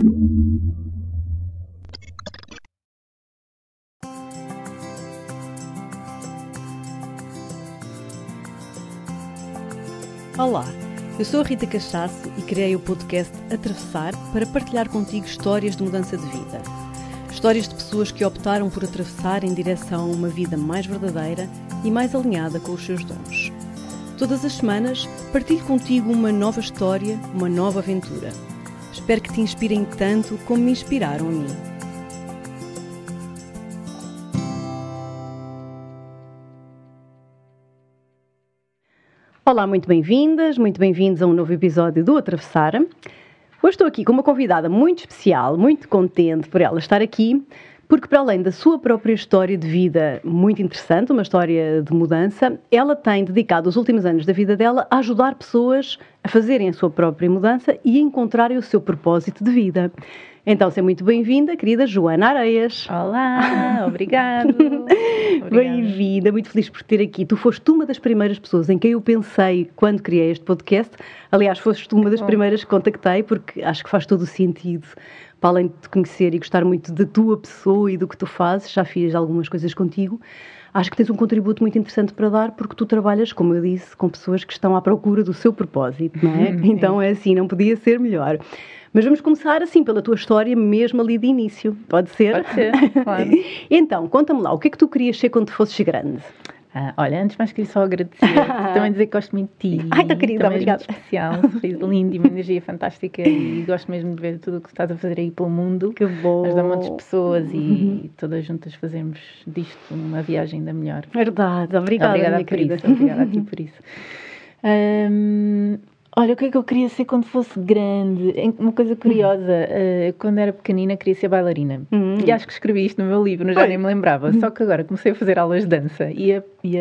Olá, eu sou a Rita Cachaço e criei o podcast Atravessar para partilhar contigo histórias de mudança de vida. Histórias de pessoas que optaram por atravessar em direção a uma vida mais verdadeira e mais alinhada com os seus dons. Todas as semanas partilho contigo uma nova história, uma nova aventura. Espero que te inspirem tanto como me inspiraram a mim. Olá, muito bem-vindas, muito bem-vindos a um novo episódio do Atravessar. Hoje estou aqui com uma convidada muito especial, muito contente por ela estar aqui, porque para além da sua própria história de vida muito interessante, uma história de mudança, ela tem dedicado os últimos anos da vida dela a ajudar pessoas a fazerem a sua própria mudança e a encontrarem o seu propósito de vida. Então, seja muito bem-vinda, querida Joana Areias. Olá, obrigado. Bem-vinda, muito feliz por ter aqui. Tu foste uma das primeiras pessoas em quem eu pensei quando criei este podcast. Aliás, foste uma das primeiras que contactei, porque acho que faz todo o sentido. Para além de te conhecer e gostar muito da tua pessoa e do que tu fazes, já fiz algumas coisas contigo. Acho que tens um contributo muito interessante para dar, porque tu trabalhas, como eu disse, com pessoas que estão à procura do seu propósito, não é? Então é assim, não podia ser melhor. Mas vamos começar assim pela tua história mesmo ali de início, pode ser? Pode ser, claro. Então, conta-me lá, o que é que tu querias ser quando fosses grande? Olha, antes de mais queria só agradecer, também dizer que gosto muito de ti. Ai, tão querida, obrigada. É muito especial, sorriso lindo e uma energia fantástica e gosto mesmo de ver tudo o que estás a fazer aí pelo mundo. Que bom. Ajudar muitas pessoas e todas juntas fazermos disto uma viagem da melhor. Verdade, obrigada minha querida. Obrigada a ti por isso. Olha, o que é que eu queria ser quando fosse grande? Uma coisa curiosa, quando era pequenina queria ser bailarina. E acho que escrevi isto no meu livro, já nem me lembrava. Só que agora comecei a fazer aulas de dança e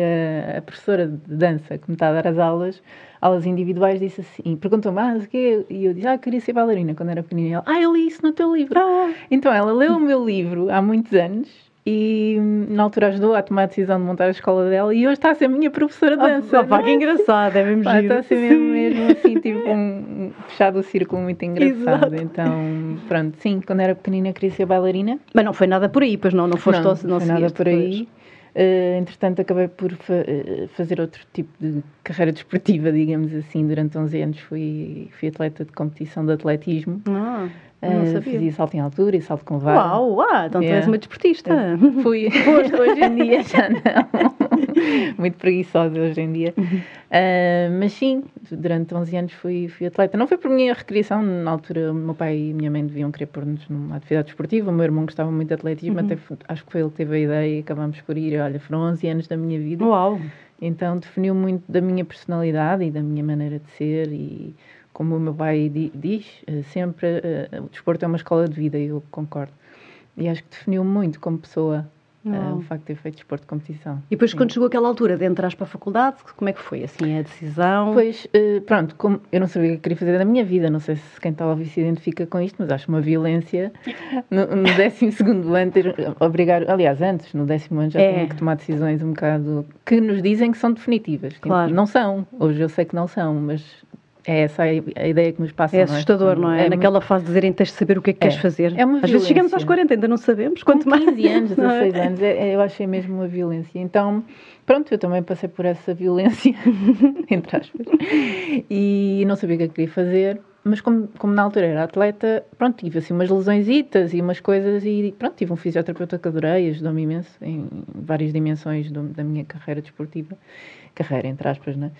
a professora de dança que me está a dar as aulas individuais, disse assim, perguntou-me, o quê? E eu disse, queria ser bailarina quando era pequenina. E ela, eu li isso no teu livro. Então ela leu o meu livro há muitos anos e na altura ajudou a tomar a decisão de montar a escola dela e hoje está a ser a minha professora de dança. Que engraçado, é mesmo giro. Está a ser mesmo assim, tipo fechado o círculo muito engraçado. Exato. Então, pronto, sim, quando era pequenina queria ser bailarina. Mas não foi nada por aí, pois não foste não foi nada por aí. Entretanto, acabei por fazer outro tipo de carreira desportiva, digamos assim. Durante 11 anos fui atleta de competição de atletismo. Não sabia. Fazia salto em altura e salto com vara. Então tu és uma desportista. Fui. Hoje em dia já não. Muito preguiçosa hoje em dia. Mas sim, durante 11 anos fui atleta. Não foi por minha recriação. Na altura, o meu pai e a minha mãe deviam querer pôr-nos numa atividade desportiva. O meu irmão gostava muito de atletismo. Até acho que foi ele que teve a ideia e acabámos por ir. Olha, foram 11 anos da minha vida. Então definiu muito da minha personalidade e da minha maneira de ser e... Como o meu pai diz sempre, o desporto é uma escola de vida, e eu concordo. E acho que definiu muito como pessoa o facto de ter feito desporto de competição. E depois, quando chegou aquela altura de entrar para a faculdade, como é que foi, assim, a decisão? Pois, pronto, como eu não sabia o que queria fazer da minha vida, não sei se quem está a ouvir se identifica com isto, mas acho uma violência no 12º ano, aliás, antes, no 10º ano já tinha que tomar decisões um bocado, que nos dizem que são definitivas. Claro. Não são, hoje eu sei que não são, mas... É essa a ideia que nos passa, É assustador, não é? Naquela fase de dizerem tens de saber o que é que queres fazer. É uma violência. Às vezes chegamos aos 40, ainda não sabemos. Com 15 anos, 16 anos, eu achei mesmo uma violência. Então, pronto, eu também passei por essa violência, entre aspas, e não sabia o que é que queria fazer. Mas como na altura era atleta, pronto, tive assim umas lesõesitas e umas coisas e pronto, tive um fisioterapeuta que adorei, ajudou-me imenso em várias dimensões da minha carreira desportiva. Carreira, entre aspas, né?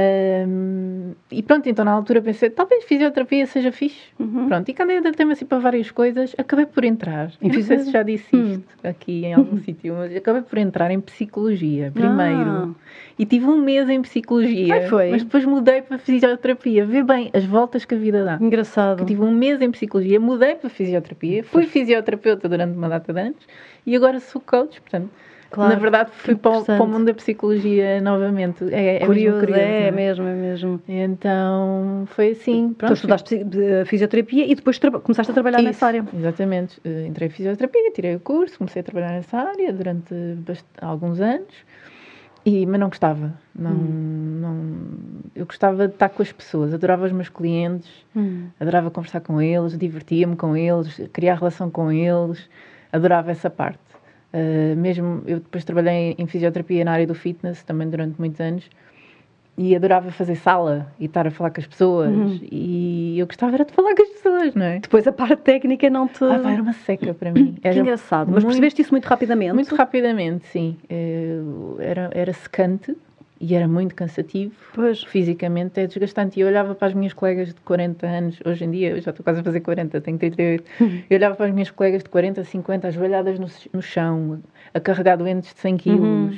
E pronto, então na altura pensei, talvez fisioterapia seja fixe. Pronto, e candidatei-me assim para várias coisas, acabei por entrar. Não sei se já disse isto aqui em algum sítio, mas acabei por entrar em psicologia primeiro. E tive um mês em psicologia, mas depois mudei para fisioterapia. Vê bem as voltas que a vida dá. Engraçado. Que tive um mês em psicologia, mudei para fisioterapia, fui fisioterapeuta durante uma data de anos e agora sou coach, portanto... Claro, na verdade fui para o mundo da psicologia novamente. É curioso, é mesmo. Então foi assim. Pronto, tu estudaste fisioterapia e depois começaste a trabalhar nessa área. Exatamente. Entrei em fisioterapia, tirei o curso, comecei a trabalhar nessa área durante alguns anos. Mas não gostava. eu gostava de estar com as pessoas, adorava os meus clientes, adorava conversar com eles, divertia-me com eles, criar relação com eles, adorava essa parte. Mesmo eu depois trabalhei em fisioterapia na área do fitness também durante muitos anos e adorava fazer sala e estar a falar com as pessoas e eu gostava era de falar com as pessoas, não é? Depois a parte técnica não te... Era uma seca para mim. Que engraçado, mas percebeste isso muito rapidamente? Muito rapidamente, sim. Era secante e era muito cansativo. Pois. Fisicamente é desgastante. E eu olhava para as minhas colegas de 40 anos, hoje em dia, eu já estou quase a fazer 40, tenho 38. Eu olhava para as minhas colegas de 40, 50, ajoelhadas no chão, a carregar doentes de 100 quilos.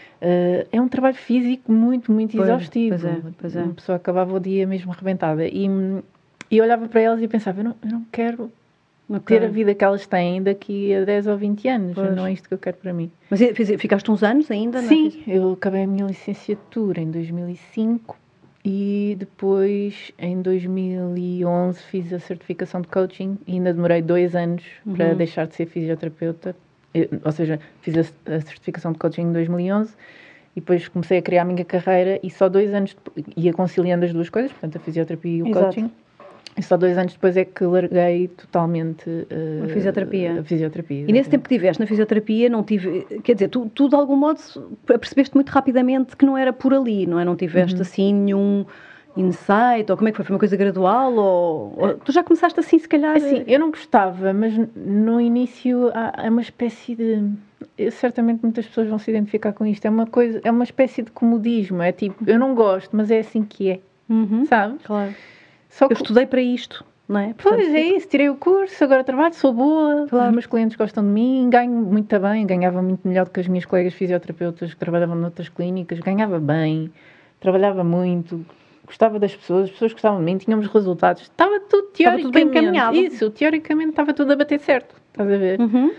É um trabalho físico muito, muito exaustivo. Pois é. Uma pessoa acabava o dia mesmo arrebentada. E eu olhava para elas e pensava, eu não quero ter a vida que elas têm daqui a 10 ou 20 anos. Não é isto que eu quero para mim. Mas ficaste uns anos ainda? Sim, eu acabei a minha licenciatura em 2005 e depois, em 2011, fiz a certificação de coaching e ainda demorei 2 anos para deixar de ser fisioterapeuta. Ou seja, fiz a certificação de coaching em 2011 e depois comecei a criar a minha carreira e só 2 anos ia conciliando as duas coisas, portanto a fisioterapia e o coaching. E só 2 anos depois é que larguei totalmente a fisioterapia. E nesse tempo que estiveste na fisioterapia, não tive... Quer dizer, tu de algum modo percebeste muito rapidamente que não era por ali, não é? Não tiveste assim nenhum insight, ou como é que foi? Foi uma coisa gradual? Ou tu já começaste assim, se calhar... Assim, eu não gostava, mas no início há uma espécie de... Certamente muitas pessoas vão se identificar com isto. É uma espécie de comodismo. É tipo, eu não gosto, mas é assim que é. Sabe? Claro. Eu estudei para isto, não é? Portanto, pois é isso, tirei o curso, agora trabalho, sou boa, os meus clientes gostam de mim, ganho muito bem, ganhava muito melhor do que as minhas colegas fisioterapeutas que trabalhavam noutras clínicas, ganhava bem, trabalhava muito, gostava das pessoas, as pessoas gostavam de mim, tínhamos resultados, estava tudo teoricamente, estava tudo bem encaminhado. Isso, teoricamente estava tudo a bater certo, estás a ver?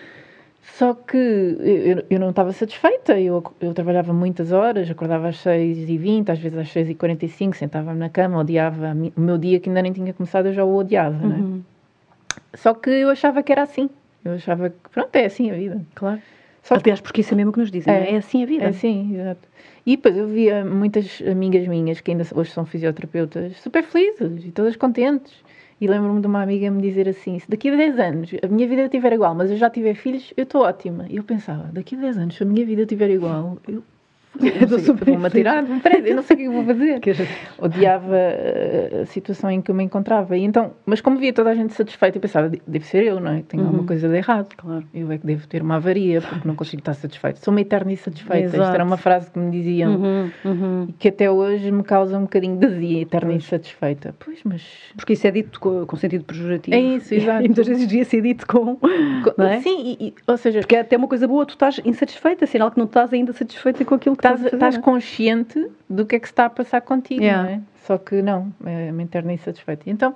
Só que eu não estava satisfeita, eu trabalhava muitas horas, acordava às 6h20, às vezes às 6h45, sentava-me na cama, odiava o meu dia que ainda nem tinha começado, eu já o odiava, não é? Só que eu achava que era assim, eu achava que pronto, é assim a vida. Claro. Aliás, porque isso é mesmo que nos dizem, é assim a vida. É assim, exato. E depois eu via muitas amigas minhas que ainda hoje são fisioterapeutas super felizes e todas contentes. E lembro-me de uma amiga me dizer assim, se daqui a 10 anos a minha vida estiver igual, mas eu já tiver filhos, eu estou ótima. E eu pensava, daqui a 10 anos, se a minha vida estiver igual, eu vou-me atirar, eu não sei o que eu vou fazer. Odiava a situação em que eu me encontrava. E então, mas como via toda a gente satisfeita, eu pensava, deve ser eu, não é? Tenho alguma coisa de errado. Claro. Eu é que devo ter uma avaria, porque não consigo estar satisfeita. Sou uma eterna insatisfeita. Exato. Esta era uma frase que me diziam e que até hoje me causa um bocadinho de azia, eterna insatisfeita. Pois, mas... Porque isso é dito com sentido pejorativo. É isso, exato. E muitas vezes devia ser dito não é? Sim, ou seja... Porque é até uma coisa boa, tu estás insatisfeita, sinal que não estás ainda satisfeita com aquilo que estás consciente do que é que se está a passar contigo, não é? Só que não, é uma interna insatisfeita. Então,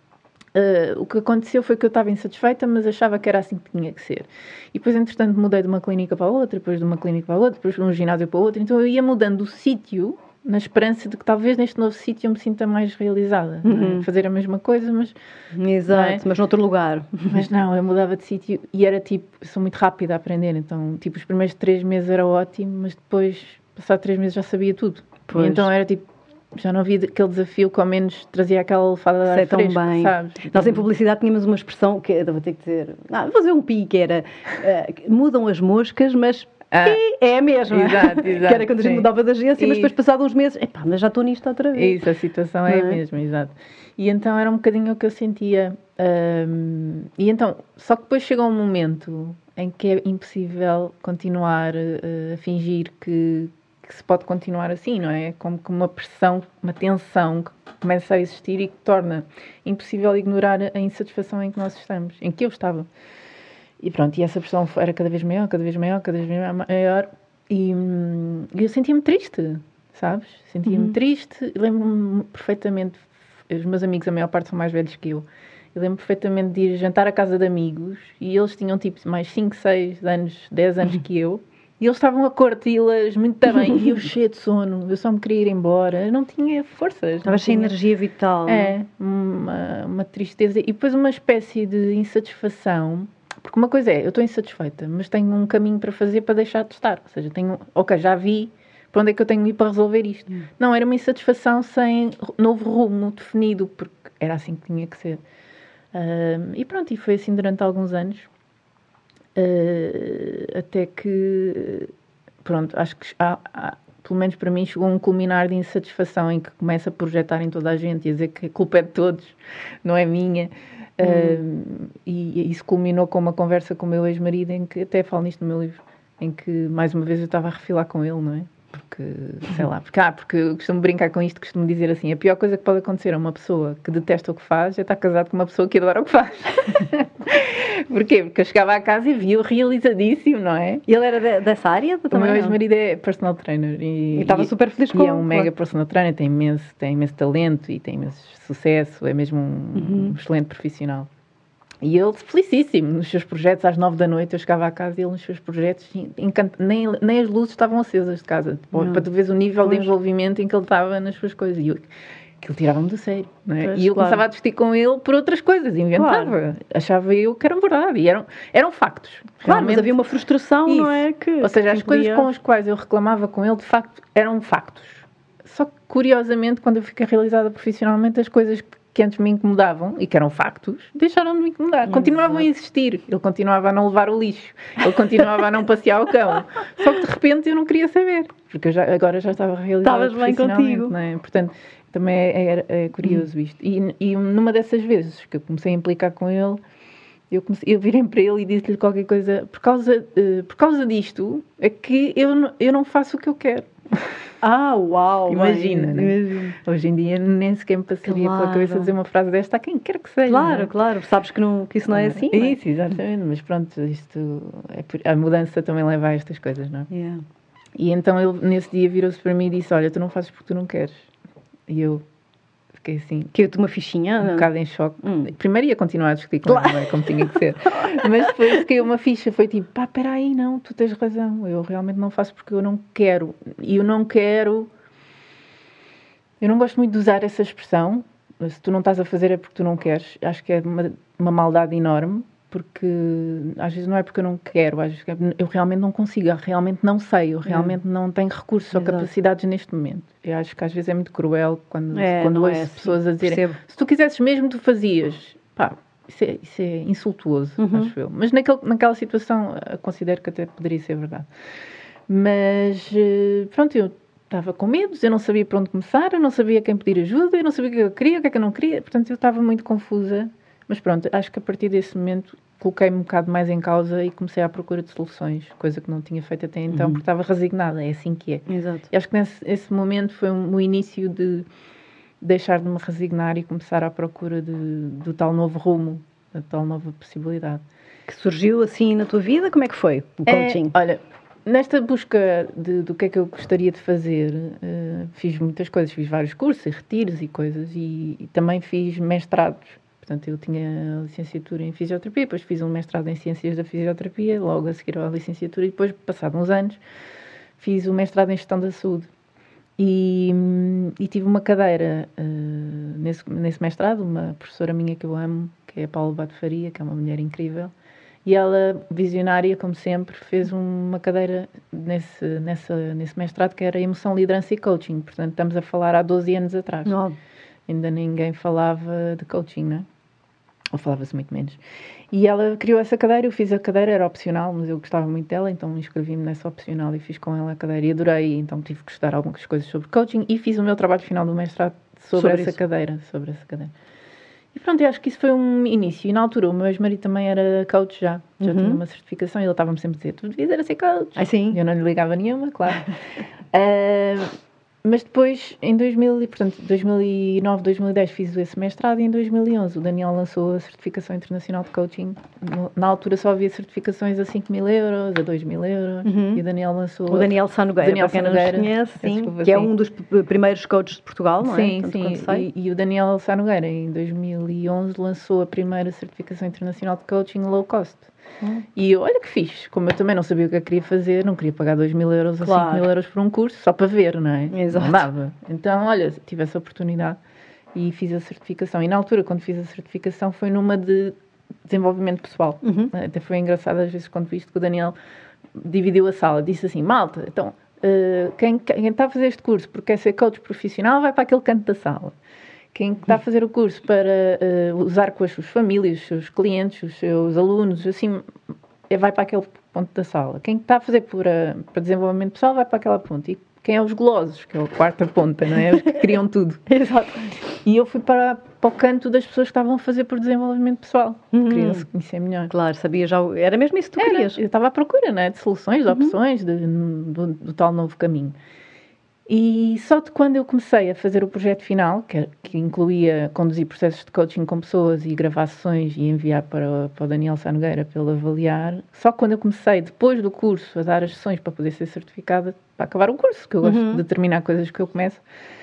o que aconteceu foi que eu estava insatisfeita, mas achava que era assim que tinha que ser. E depois, entretanto, mudei de uma clínica para a outra, depois de uma clínica para a outra, depois de um ginásio para a outra. Então, eu ia mudando o sítio, na esperança de que talvez neste novo sítio eu me sinta mais realizada. Não é? Fazer a mesma coisa, mas... Exato, mas noutro lugar. Mas não, eu mudava de sítio e era tipo... Eu sou muito rápida a aprender, então, tipo, os primeiros 3 meses era ótimo, mas depois... Passado 3 meses já sabia tudo. Então era tipo, já não havia aquele desafio que ao menos trazia aquela alfada de ar fresco, bem. Sabes? Nós em publicidade tínhamos uma expressão que eu vou ter que dizer, vou fazer um pi, que era mudam as moscas, mas é a mesma. Exato. Que era quando a gente mudava de agência, mas depois passados uns meses, mas já estou nisto outra vez. Isso, a situação é a mesma, exato. E então era um bocadinho o que eu sentia. E então, só que depois chegou um momento em que é impossível continuar a fingir que se pode continuar assim, não é? Como que uma pressão, uma tensão que começa a existir e que torna impossível ignorar a insatisfação em que nós estamos, em que eu estava. E pronto, e essa pressão era cada vez maior, cada vez maior, cada vez maior. E eu sentia-me triste, sabes? Sentia-me triste. Lembro-me perfeitamente, os meus amigos, a maior parte são mais velhos que eu. Eu lembro perfeitamente de ir jantar à casa de amigos e eles tinham tipo mais 5, 6 anos, 10 anos que eu. E eles estavam a curti-las muito bem. E eu cheia de sono. Eu só me queria ir embora. Eu não tinha forças. Estavas sem energia vital. Uma tristeza. E depois uma espécie de insatisfação. Porque uma coisa é, eu estou insatisfeita, mas tenho um caminho para fazer para deixar de estar. Ou seja, já vi para onde é que eu tenho de ir para resolver isto? Não, era uma insatisfação sem novo rumo definido, porque era assim que tinha que ser. E pronto, e foi assim durante alguns anos, até que, pronto, acho que pelo menos para mim chegou um culminar de insatisfação em que começa a projetar em toda a gente e a dizer que a culpa é de todos, não é minha. E isso culminou com uma conversa com o meu ex-marido, em que até falo nisto no meu livro, em que mais uma vez eu estava a refilar com ele, não é? Porque, sei lá, porque eu costumo brincar com isto, costumo dizer assim, a pior coisa que pode acontecer a uma pessoa que detesta o que faz é estar casado com uma pessoa que adora o que faz. Porquê? Porque eu chegava à casa e via-o realizadíssimo, não é? E ele era dessa área? O meu ex-marido é personal trainer. E estava super feliz com ele. E é um mega personal trainer, tem imenso talento e tem imenso sucesso, é mesmo um excelente profissional. E ele felicíssimo nos seus projetos, às 9 da noite eu chegava à casa e ele nos seus projetos, nem as luzes estavam acesas de casa, para tu veres o nível de envolvimento em que ele estava nas suas coisas. E aquilo tirava-me do sério, não é? E eu começava a discutir com ele por outras coisas, inventava, achava eu que eram verdade, e eram factos. Claro, mas havia uma frustração, não é? Ou seja, as coisas com as quais eu reclamava com ele, de facto, eram factos. Só que, curiosamente, quando eu fiquei realizada profissionalmente, as coisas que antes me incomodavam, e que eram factos, deixaram de me incomodar. Continuavam a existir. Ele continuava a não levar o lixo. Ele continuava a não passear o cão. Só que, de repente, eu não queria saber. Porque agora já estava realizada profissionalmente. Bem contigo. Não é? Portanto, também é curioso isto. E numa dessas vezes que eu comecei a implicar com ele, eu virei para ele e disse-lhe qualquer coisa. Por causa disto, é que eu não faço o que eu quero. Uau! Imagina, né? Hoje em dia nem sequer me passaria pela cabeça dizer uma frase desta a quem quer que seja. Claro. Sabes que isso não é assim, não é? Isso, exatamente. Mas pronto, a mudança também leva a estas coisas, não é? Yeah. E então ele, nesse dia, virou-se para mim e disse, olha, tu não fazes porque tu não queres. E eu fiquei assim... Caiu-te uma fichinha? Um bocado em choque. Primeiro ia continuar a discutir com ele, não é? Como tinha que ser. Mas depois caiu uma ficha. Foi tipo, peraí, não, tu tens razão. Eu realmente não faço porque eu não quero. E eu não quero... Eu não gosto muito de usar essa expressão. Se tu não estás a fazer é porque tu não queres. Acho que é uma maldade enorme. Porque às vezes não é porque eu não quero. Às vezes eu realmente não consigo. Eu realmente não sei. Eu realmente não tenho recursos ou capacidades neste momento. Eu acho que às vezes é muito cruel quando ouço pessoas a dizerem se tu quisesses mesmo, tu fazias. Isso é insultuoso, acho eu. Mas naquela situação considero que até poderia ser verdade. Mas pronto, eu estava com medos, eu não sabia para onde começar, eu não sabia quem pedir ajuda, eu não sabia o que eu queria, o que é que eu não queria. Portanto, eu estava muito confusa. Mas pronto, acho que a partir desse momento coloquei-me um bocado mais em causa e comecei à procura de soluções, coisa que não tinha feito até então, porque estava resignada, é assim que é. Exato. E acho que esse momento foi o início de deixar de me resignar e começar à procura do tal novo rumo, da tal nova possibilidade. Que surgiu assim na tua vida? Como é que foi o coaching? Olha, nesta busca do que é que eu gostaria de fazer, fiz muitas coisas, fiz vários cursos e retiros e coisas, e também fiz mestrados. Portanto, eu tinha licenciatura em fisioterapia, depois fiz um mestrado em ciências da fisioterapia, logo a seguir à licenciatura, e depois, passados uns anos, fiz o mestrado em gestão da saúde. E tive uma cadeira nesse mestrado, uma professora minha que eu amo, que é a Paula Bato Faria, que é uma mulher incrível, e ela, visionária, como sempre, fez uma cadeira nesse mestrado que era Emoção, Liderança e Coaching. Portanto, estamos a falar há 12 anos atrás. Não. Ainda ninguém falava de coaching, não é? Ou falava-se muito menos. E ela criou essa cadeira, eu fiz a cadeira, era opcional, mas eu gostava muito dela, então inscrevi-me nessa opcional e fiz com ela a cadeira e adorei, então tive que estudar algumas coisas sobre coaching e fiz o meu trabalho final do mestrado sobre essa cadeira. E pronto, eu acho que isso foi um início. E na altura o meu ex-marido também era coach já tinha uma certificação e ele estava-me sempre a dizer, tu devias era ser coach. Sim. Eu não lhe ligava nenhuma, claro. Mas depois, em 2009, 2010 fiz esse mestrado e em 2011 o Daniel lançou a certificação internacional de coaching. Na altura só havia certificações a 5.000 euros, a 2.000 euros e o Daniel lançou... O Daniel Sá Nogueira, para quem não nos conhece, que é um dos primeiros coaches de Portugal, não é? Sim. E o Daniel Sá Nogueira, em 2011, lançou a primeira certificação internacional de coaching low cost. E eu, olha que fixe, como eu também não sabia o que eu queria fazer, não queria pagar 2.000 euros ou 5.000 euros por um curso, só para ver, não é? Exato. Não dava. Então, olha, tive essa oportunidade e fiz a certificação. E na altura, quando fiz a certificação, foi numa de desenvolvimento pessoal. Até foi engraçado, às vezes, quando vi isto, que o Daniel dividiu a sala, disse assim, malta, então, Quem está a fazer este curso porque quer ser coach profissional vai para aquele canto da sala. Quem está a fazer o curso para usar com as suas famílias, os seus clientes, os seus alunos, assim, vai para aquele ponto da sala. Quem está a fazer para desenvolvimento pessoal vai para aquela ponta. E quem é os golosos, que é a quarta ponta, não é? Os que criam tudo. Exato. E eu fui para o canto das pessoas que estavam a fazer por desenvolvimento pessoal. Queriam se conhecer melhor. Claro, sabia já. Era mesmo isso que tu querias. Eu estava à procura, não é? De soluções, de opções, do tal novo caminho. E só de quando eu comecei a fazer o projeto final, que incluía conduzir processos de coaching com pessoas e gravar sessões e enviar para o Daniel Sá Nogueira para ele avaliar, só quando eu comecei, depois do curso, a dar as sessões para poder ser certificada, para acabar o curso, que eu gosto de determinar coisas que eu começo,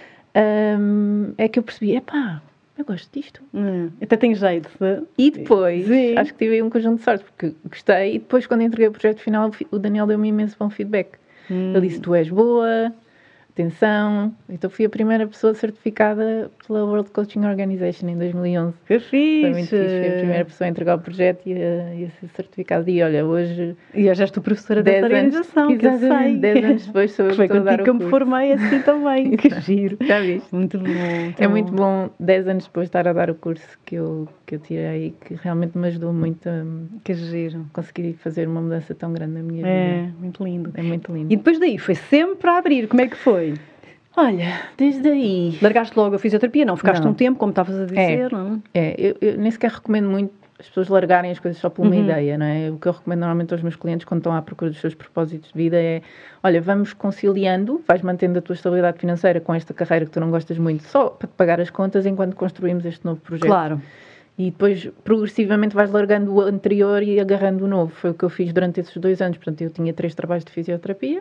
é que eu percebi, eu gosto disto. Até tenho jeito. E depois, acho que tive aí um conjunto de sorte, porque gostei, e depois quando entreguei o projeto final, o Daniel deu-me imenso bom feedback. Ele disse, tu és boa, atenção. Então fui a primeira pessoa certificada pela World Coaching Organization em 2011. Que fixe! Foi muito fixe. Fui a primeira pessoa a entregar o projeto e a ser certificada. E olha, hoje... E hoje és tu professora dessa organização, que eu sei. 10 anos depois sou eu que a dar o curso. Foi contigo que eu me formei assim também. Que giro. Já viste? Muito bom. É muito bom 10 anos depois estar a dar o curso que eu tirei e que realmente me ajudou muito a que giro. Conseguir fazer uma mudança tão grande na minha vida. É, muito lindo. É muito lindo. E depois daí, foi sempre a abrir. Como é que foi? Olha, desde aí... Largaste logo a fisioterapia? Não, ficaste um tempo, como estavas a dizer, não? Eu nem sequer recomendo muito as pessoas largarem as coisas só por uma ideia, não é? O que eu recomendo normalmente aos meus clientes quando estão à procura dos seus propósitos de vida é, olha, vamos conciliando, vais mantendo a tua estabilidade financeira com esta carreira que tu não gostas muito, só para te pagar as contas enquanto construímos este novo projeto. Claro. E depois, progressivamente, vais largando o anterior e agarrando o novo. Foi o que eu fiz durante esses 2 anos. Portanto, eu tinha 3 trabalhos de fisioterapia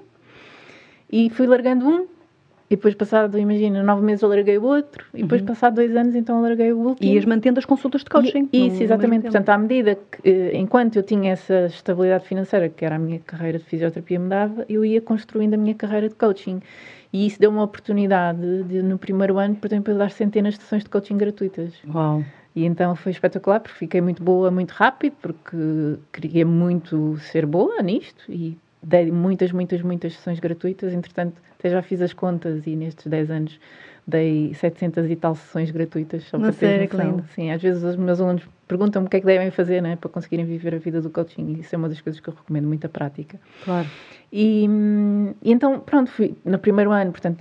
e fui largando um. E depois, passado, imagina, 9 meses eu larguei o outro. E depois, passado 2 anos, então eu larguei o último. E ias mantendo as consultas de coaching. Isso, exatamente. Portanto, à medida que, enquanto eu tinha essa estabilidade financeira, que era a minha carreira de fisioterapia me dava, eu ia construindo a minha carreira de coaching. E isso deu uma oportunidade de, no primeiro ano, por exemplo, eu dar centenas de sessões de coaching gratuitas. Uau! E então foi espetacular, porque fiquei muito boa muito rápido, porque queria muito ser boa nisto e dei muitas sessões gratuitas. Entretanto, até já fiz as contas e nestes 10 anos dei 700 e tal sessões gratuitas. Só para ter noção. Sim, às vezes os meus alunos perguntam-me o que é que devem fazer, né, para conseguirem viver a vida do coaching, e isso é uma das coisas que eu recomendo, muita prática. Claro. E então, pronto, fui no primeiro ano, portanto,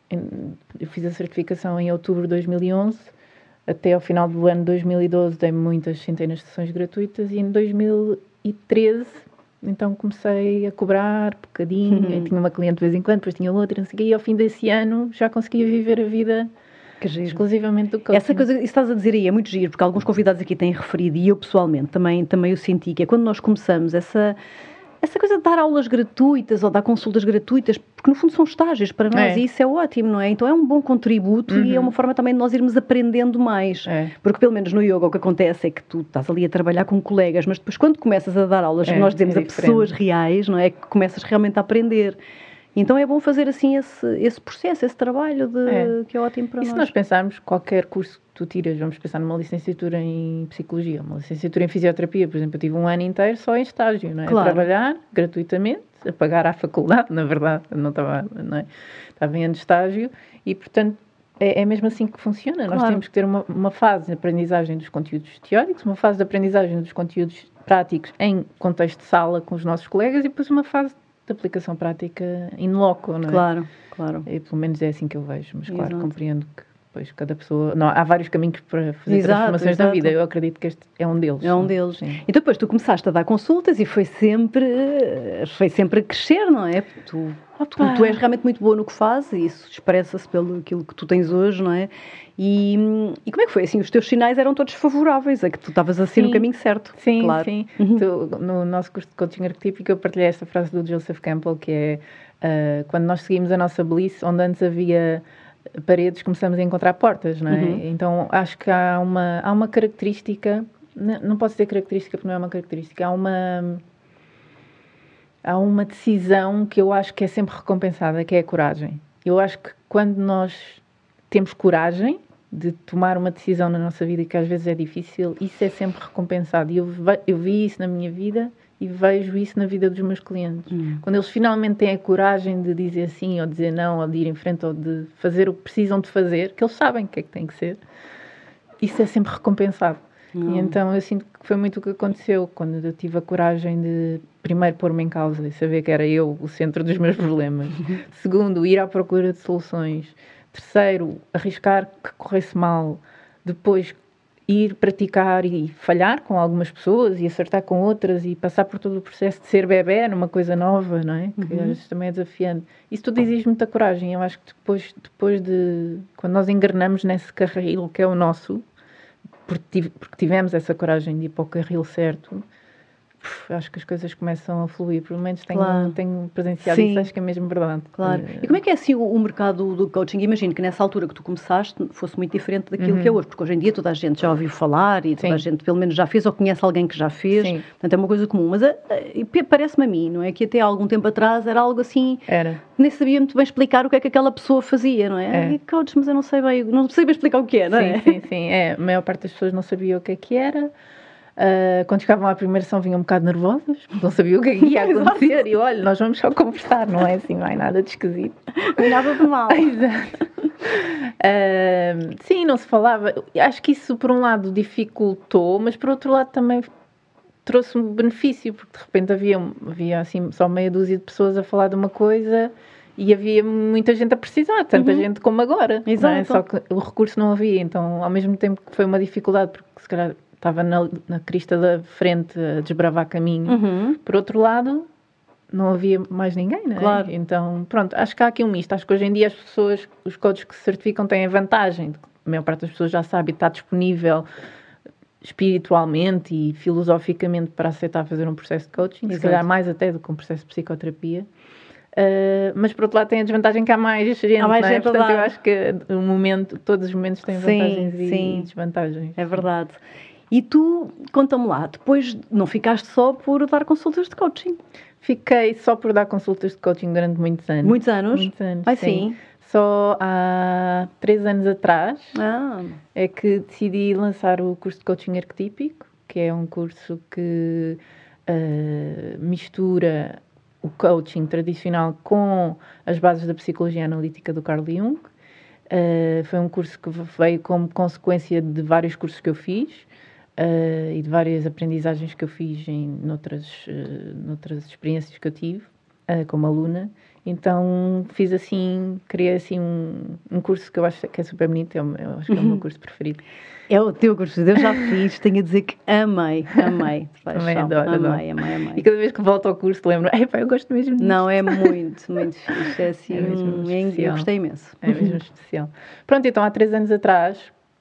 eu fiz a certificação em outubro de 2011. Até ao final do ano de 2012 dei muitas centenas de sessões gratuitas e em 2013 então comecei a cobrar um bocadinho. Eu tinha uma cliente de vez em quando, depois tinha outra, não sei o quê, e ao fim desse ano já conseguia viver a vida exclusivamente do coaching. Essa coisa, isso estás a dizer aí, é muito giro, porque alguns convidados aqui têm referido, e eu pessoalmente também o senti, que é quando nós começamos essa coisa de dar aulas gratuitas ou dar consultas gratuitas, porque no fundo são estágios para nós e isso é ótimo, não é? Então é um bom contributo e é uma forma também de nós irmos aprendendo mais. Porque pelo menos no yoga o que acontece é que tu estás ali a trabalhar com colegas, mas depois quando começas a dar aulas, nós dizemos a pessoas reais, não é? Que começas realmente a aprender. Então é bom fazer assim esse processo, esse trabalho que é ótimo para nós. E se nós pensarmos, qualquer curso que tu tiras, vamos pensar numa licenciatura em psicologia, uma licenciatura em fisioterapia, por exemplo, eu tive um ano inteiro só em estágio, não é? Claro. A trabalhar gratuitamente, a pagar à faculdade, na verdade, não estava, não é? Estava em ano de estágio e, portanto, é mesmo assim que funciona. Claro. Nós temos que ter uma fase de aprendizagem dos conteúdos teóricos, uma fase de aprendizagem dos conteúdos práticos em contexto de sala com os nossos colegas e depois uma fase de aplicação prática in loco, não é? Claro. E pelo menos é assim que eu vejo, mas claro, compreendo que depois cada pessoa... Não, há vários caminhos para fazer transformações na vida, eu acredito que este é um deles. É um deles. Sim. E depois tu começaste a dar consultas e foi sempre a crescer, não é? Tu és realmente muito boa no que fazes e isso expressa-se pelo aquilo que tu tens hoje, não é? E como é que foi? Assim, os teus sinais eram todos favoráveis, a que tu estavas assim no caminho certo. Sim, claro. Sim. No nosso curso de coaching arquetípico eu partilhei esta frase do Joseph Campbell, que é quando nós seguimos a nossa bliss, onde antes havia paredes, começamos a encontrar portas, não é? Então acho que há uma característica, não posso dizer característica porque não é uma característica, há uma decisão que eu acho que é sempre recompensada, que é a coragem. Eu acho que quando nós temos coragem de tomar uma decisão na nossa vida e que às vezes é difícil, isso é sempre recompensado. E eu vi isso na minha vida e vejo isso na vida dos meus clientes. Quando eles finalmente têm a coragem de dizer sim, ou dizer não, ou de ir em frente, ou de fazer o que precisam de fazer, que eles sabem o que é que tem que ser, isso é sempre recompensado. E então eu sinto que foi muito o que aconteceu quando eu tive a coragem de, primeiro, pôr-me em causa e saber que era eu o centro dos meus problemas. Segundo, ir à procura de soluções. Terceiro, arriscar que corresse mal. Depois, ir praticar e falhar com algumas pessoas e acertar com outras e passar por todo o processo de ser bebé numa coisa nova, não é? Que às vezes também é desafiante. Isso tudo exige muita coragem. Eu acho que depois de... Quando nós engrenamos nesse carril que é o nosso, porque tivemos essa coragem de ir para o carril certo, acho que as coisas começam a fluir. Pelo menos tenho presenciado isso, acho que é mesmo verdade. Claro. E como é que é assim o mercado do coaching? Imagino que nessa altura que tu começaste fosse muito diferente daquilo que é hoje, porque hoje em dia toda a gente já ouviu falar e toda a gente pelo menos já fez ou conhece alguém que já fez. Sim. Portanto, é uma coisa comum. Mas parece-me a mim, não é? Que até há algum tempo atrás era algo assim... Nem sabia muito bem explicar o que é que aquela pessoa fazia, não é? Coach, mas eu não sei bem explicar o que é, não é? Sim. A maior parte das pessoas não sabia o que é que era. Quando chegavam à primeira sessão vinham um bocado nervosas, não sabiam o que ia acontecer e olha, nós vamos só conversar, não é assim, não é nada de esquisito, não é nada de mal. Exato. Sim, não se falava. Acho que isso por um lado dificultou, mas por outro lado também trouxe um benefício, porque de repente havia assim só meia dúzia de pessoas a falar de uma coisa e havia muita gente a precisar, tanta gente como agora. Exato. Não é? Só que o recurso não havia, então ao mesmo tempo que foi uma dificuldade, porque se calhar estava na crista da frente a desbravar caminho. Por outro lado, não havia mais ninguém, não é? Claro. Então, pronto, acho que há aqui um misto. Acho que hoje em dia as pessoas, os coaches que se certificam têm a vantagem. A maior parte das pessoas já sabe e está disponível espiritualmente e filosoficamente para aceitar fazer um processo de coaching. Se calhar mais até do que um processo de psicoterapia. Mas por outro lado tem a desvantagem que há mais gente, não é? Portanto, eu acho que todos os momentos têm vantagens e desvantagens. É verdade. E tu, conta-me lá, depois não ficaste só por dar consultas de coaching? Fiquei só por dar consultas de coaching durante muitos anos. Muitos anos? Muitos anos, sim. Só há 3 anos atrás é que decidi lançar o curso de coaching arquetípico, que é um curso que mistura o coaching tradicional com as bases da psicologia analítica do Carl Jung. Foi um curso que veio como consequência de vários cursos que eu fiz. E de várias aprendizagens que eu fiz noutras experiências que eu tive como aluna. Então criei assim um curso que eu acho que é super bonito, eu acho que é o meu curso preferido. É o teu curso, eu já fiz, tenho a dizer que amei. Também adoro. Amei. E cada vez que volto ao curso lembro, eu gosto mesmo disso. Não, é muito, muito fixe, é assim, eu gostei imenso. É mesmo especial. Pronto, então há 3 anos atrás,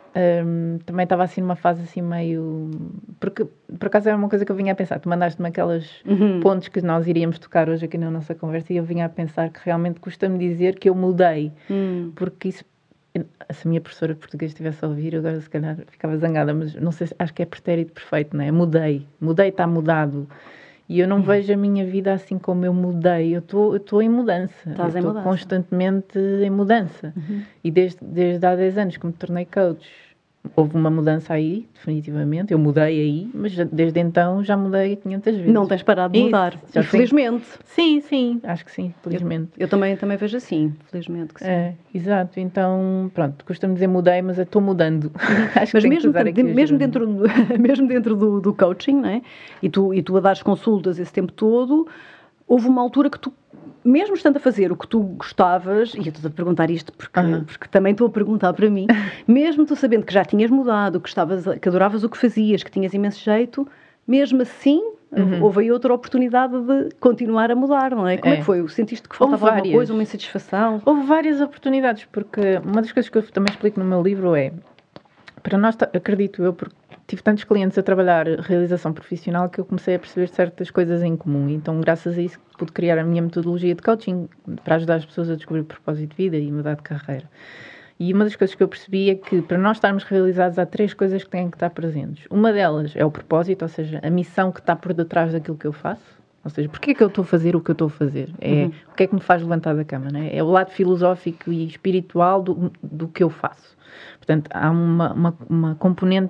também estava assim numa fase assim meio... Porque, por acaso, era uma coisa que eu vinha a pensar. Tu mandaste-me aquelas pontos que nós iríamos tocar hoje aqui na nossa conversa e eu vinha a pensar que realmente custa-me dizer que eu mudei. Porque isso... Se a minha professora de português estivesse a ouvir, eu agora se calhar ficava zangada, mas não sei, acho que é pretérito perfeito, não é? Mudei, está mudado. E eu não vejo a minha vida assim como eu mudei. Eu estou em mudança. Estás em mudança. Estou constantemente em mudança. E desde há 10 anos que me tornei coach, houve uma mudança aí, definitivamente. Eu mudei aí, mas desde então já mudei 500 vezes. Não tens parado de mudar. Felizmente. Sim, acho que sim, felizmente. Eu também vejo assim, felizmente que sim. Exato. Então, pronto, custa-me dizer mudei, mas eu estou mudando. Acho mas que mesmo dentro do coaching, não é? E tu a dares consultas esse tempo todo, houve uma altura que tu, mesmo estando a fazer o que tu gostavas, e eu estou a perguntar isto porque também estou a perguntar para mim, mesmo tu sabendo que já tinhas mudado, que adoravas o que fazias, que tinhas imenso jeito, mesmo assim, houve aí outra oportunidade de continuar a mudar, não é? Como é que foi? Sentiste que faltava alguma coisa, uma insatisfação? Houve várias oportunidades, porque uma das coisas que eu também explico no meu livro é, para nós, acredito eu, porque tive tantos clientes a trabalhar realização profissional que eu comecei a perceber certas coisas em comum. Então, graças a isso, pude criar a minha metodologia de coaching para ajudar as pessoas a descobrir o propósito de vida e mudar de carreira. E uma das coisas que eu percebi é que, para nós estarmos realizados, há 3 coisas que têm que estar presentes. Uma delas é o propósito, ou seja, a missão que está por detrás daquilo que eu faço. Ou seja, porquê é que eu estou a fazer o que eu estou a fazer? O que é que me faz levantar da cama? Não é? É o lado filosófico e espiritual do que eu faço. Portanto, há uma componente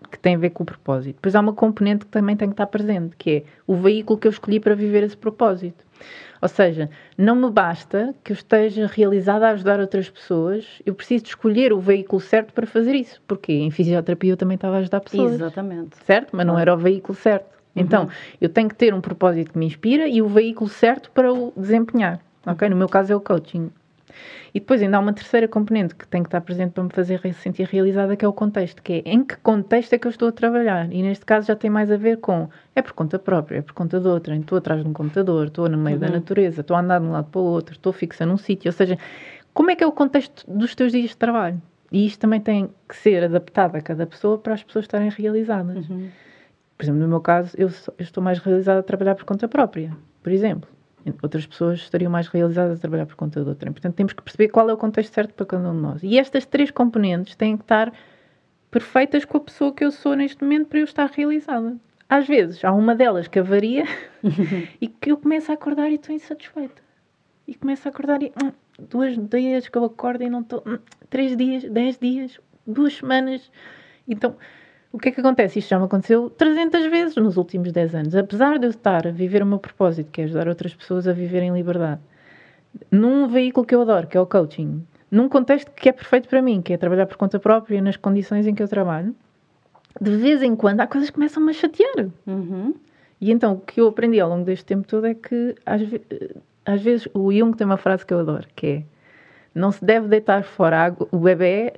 que tem a ver com o propósito. Depois há uma componente que também tem que estar presente, que é o veículo que eu escolhi para viver esse propósito. Ou seja, não me basta que eu esteja realizada a ajudar outras pessoas, eu preciso de escolher o veículo certo para fazer isso. Porque em fisioterapia eu também estava a ajudar pessoas. Exatamente. Certo? Mas não era o veículo certo. Então, eu tenho que ter um propósito que me inspira e o veículo certo para o desempenhar. Ok? No meu caso é o coaching. E depois ainda há uma terceira componente que tem que estar presente para me fazer sentir realizada, que é o contexto, que é em que contexto é que eu estou a trabalhar. E neste caso já tem mais a ver com, é por conta própria, é por conta de outra, estou atrás de um computador, estou no meio da natureza, estou a andar de um lado para o outro, estou fixa num sítio, ou seja, como é que é o contexto dos teus dias de trabalho? E isto também tem que ser adaptado a cada pessoa para as pessoas estarem realizadas. Por exemplo, no meu caso, eu estou mais realizada a trabalhar por conta própria, por exemplo. Outras pessoas estariam mais realizadas a trabalhar por conta de outra. Portanto, temos que perceber qual é o contexto certo para cada um de nós. E estas 3 componentes têm que estar perfeitas com a pessoa que eu sou neste momento para eu estar realizada. Às vezes, há uma delas que avaria e que eu começo a acordar e estou insatisfeita. E começo a acordar e 2 dias que eu acordo e não estou... 3 dias, 10 dias, 2 semanas. Então... O que é que acontece? Isto já me aconteceu 300 vezes nos últimos 10 anos. Apesar de eu estar a viver o meu propósito, que é ajudar outras pessoas a viverem em liberdade, num veículo que eu adoro, que é o coaching, num contexto que é perfeito para mim, que é trabalhar por conta própria, nas condições em que eu trabalho, de vez em quando há coisas que começam-me a chatear. E então o que eu aprendi ao longo deste tempo todo é que às vezes o Jung tem uma frase que eu adoro, que é: não se deve deitar fora o bebê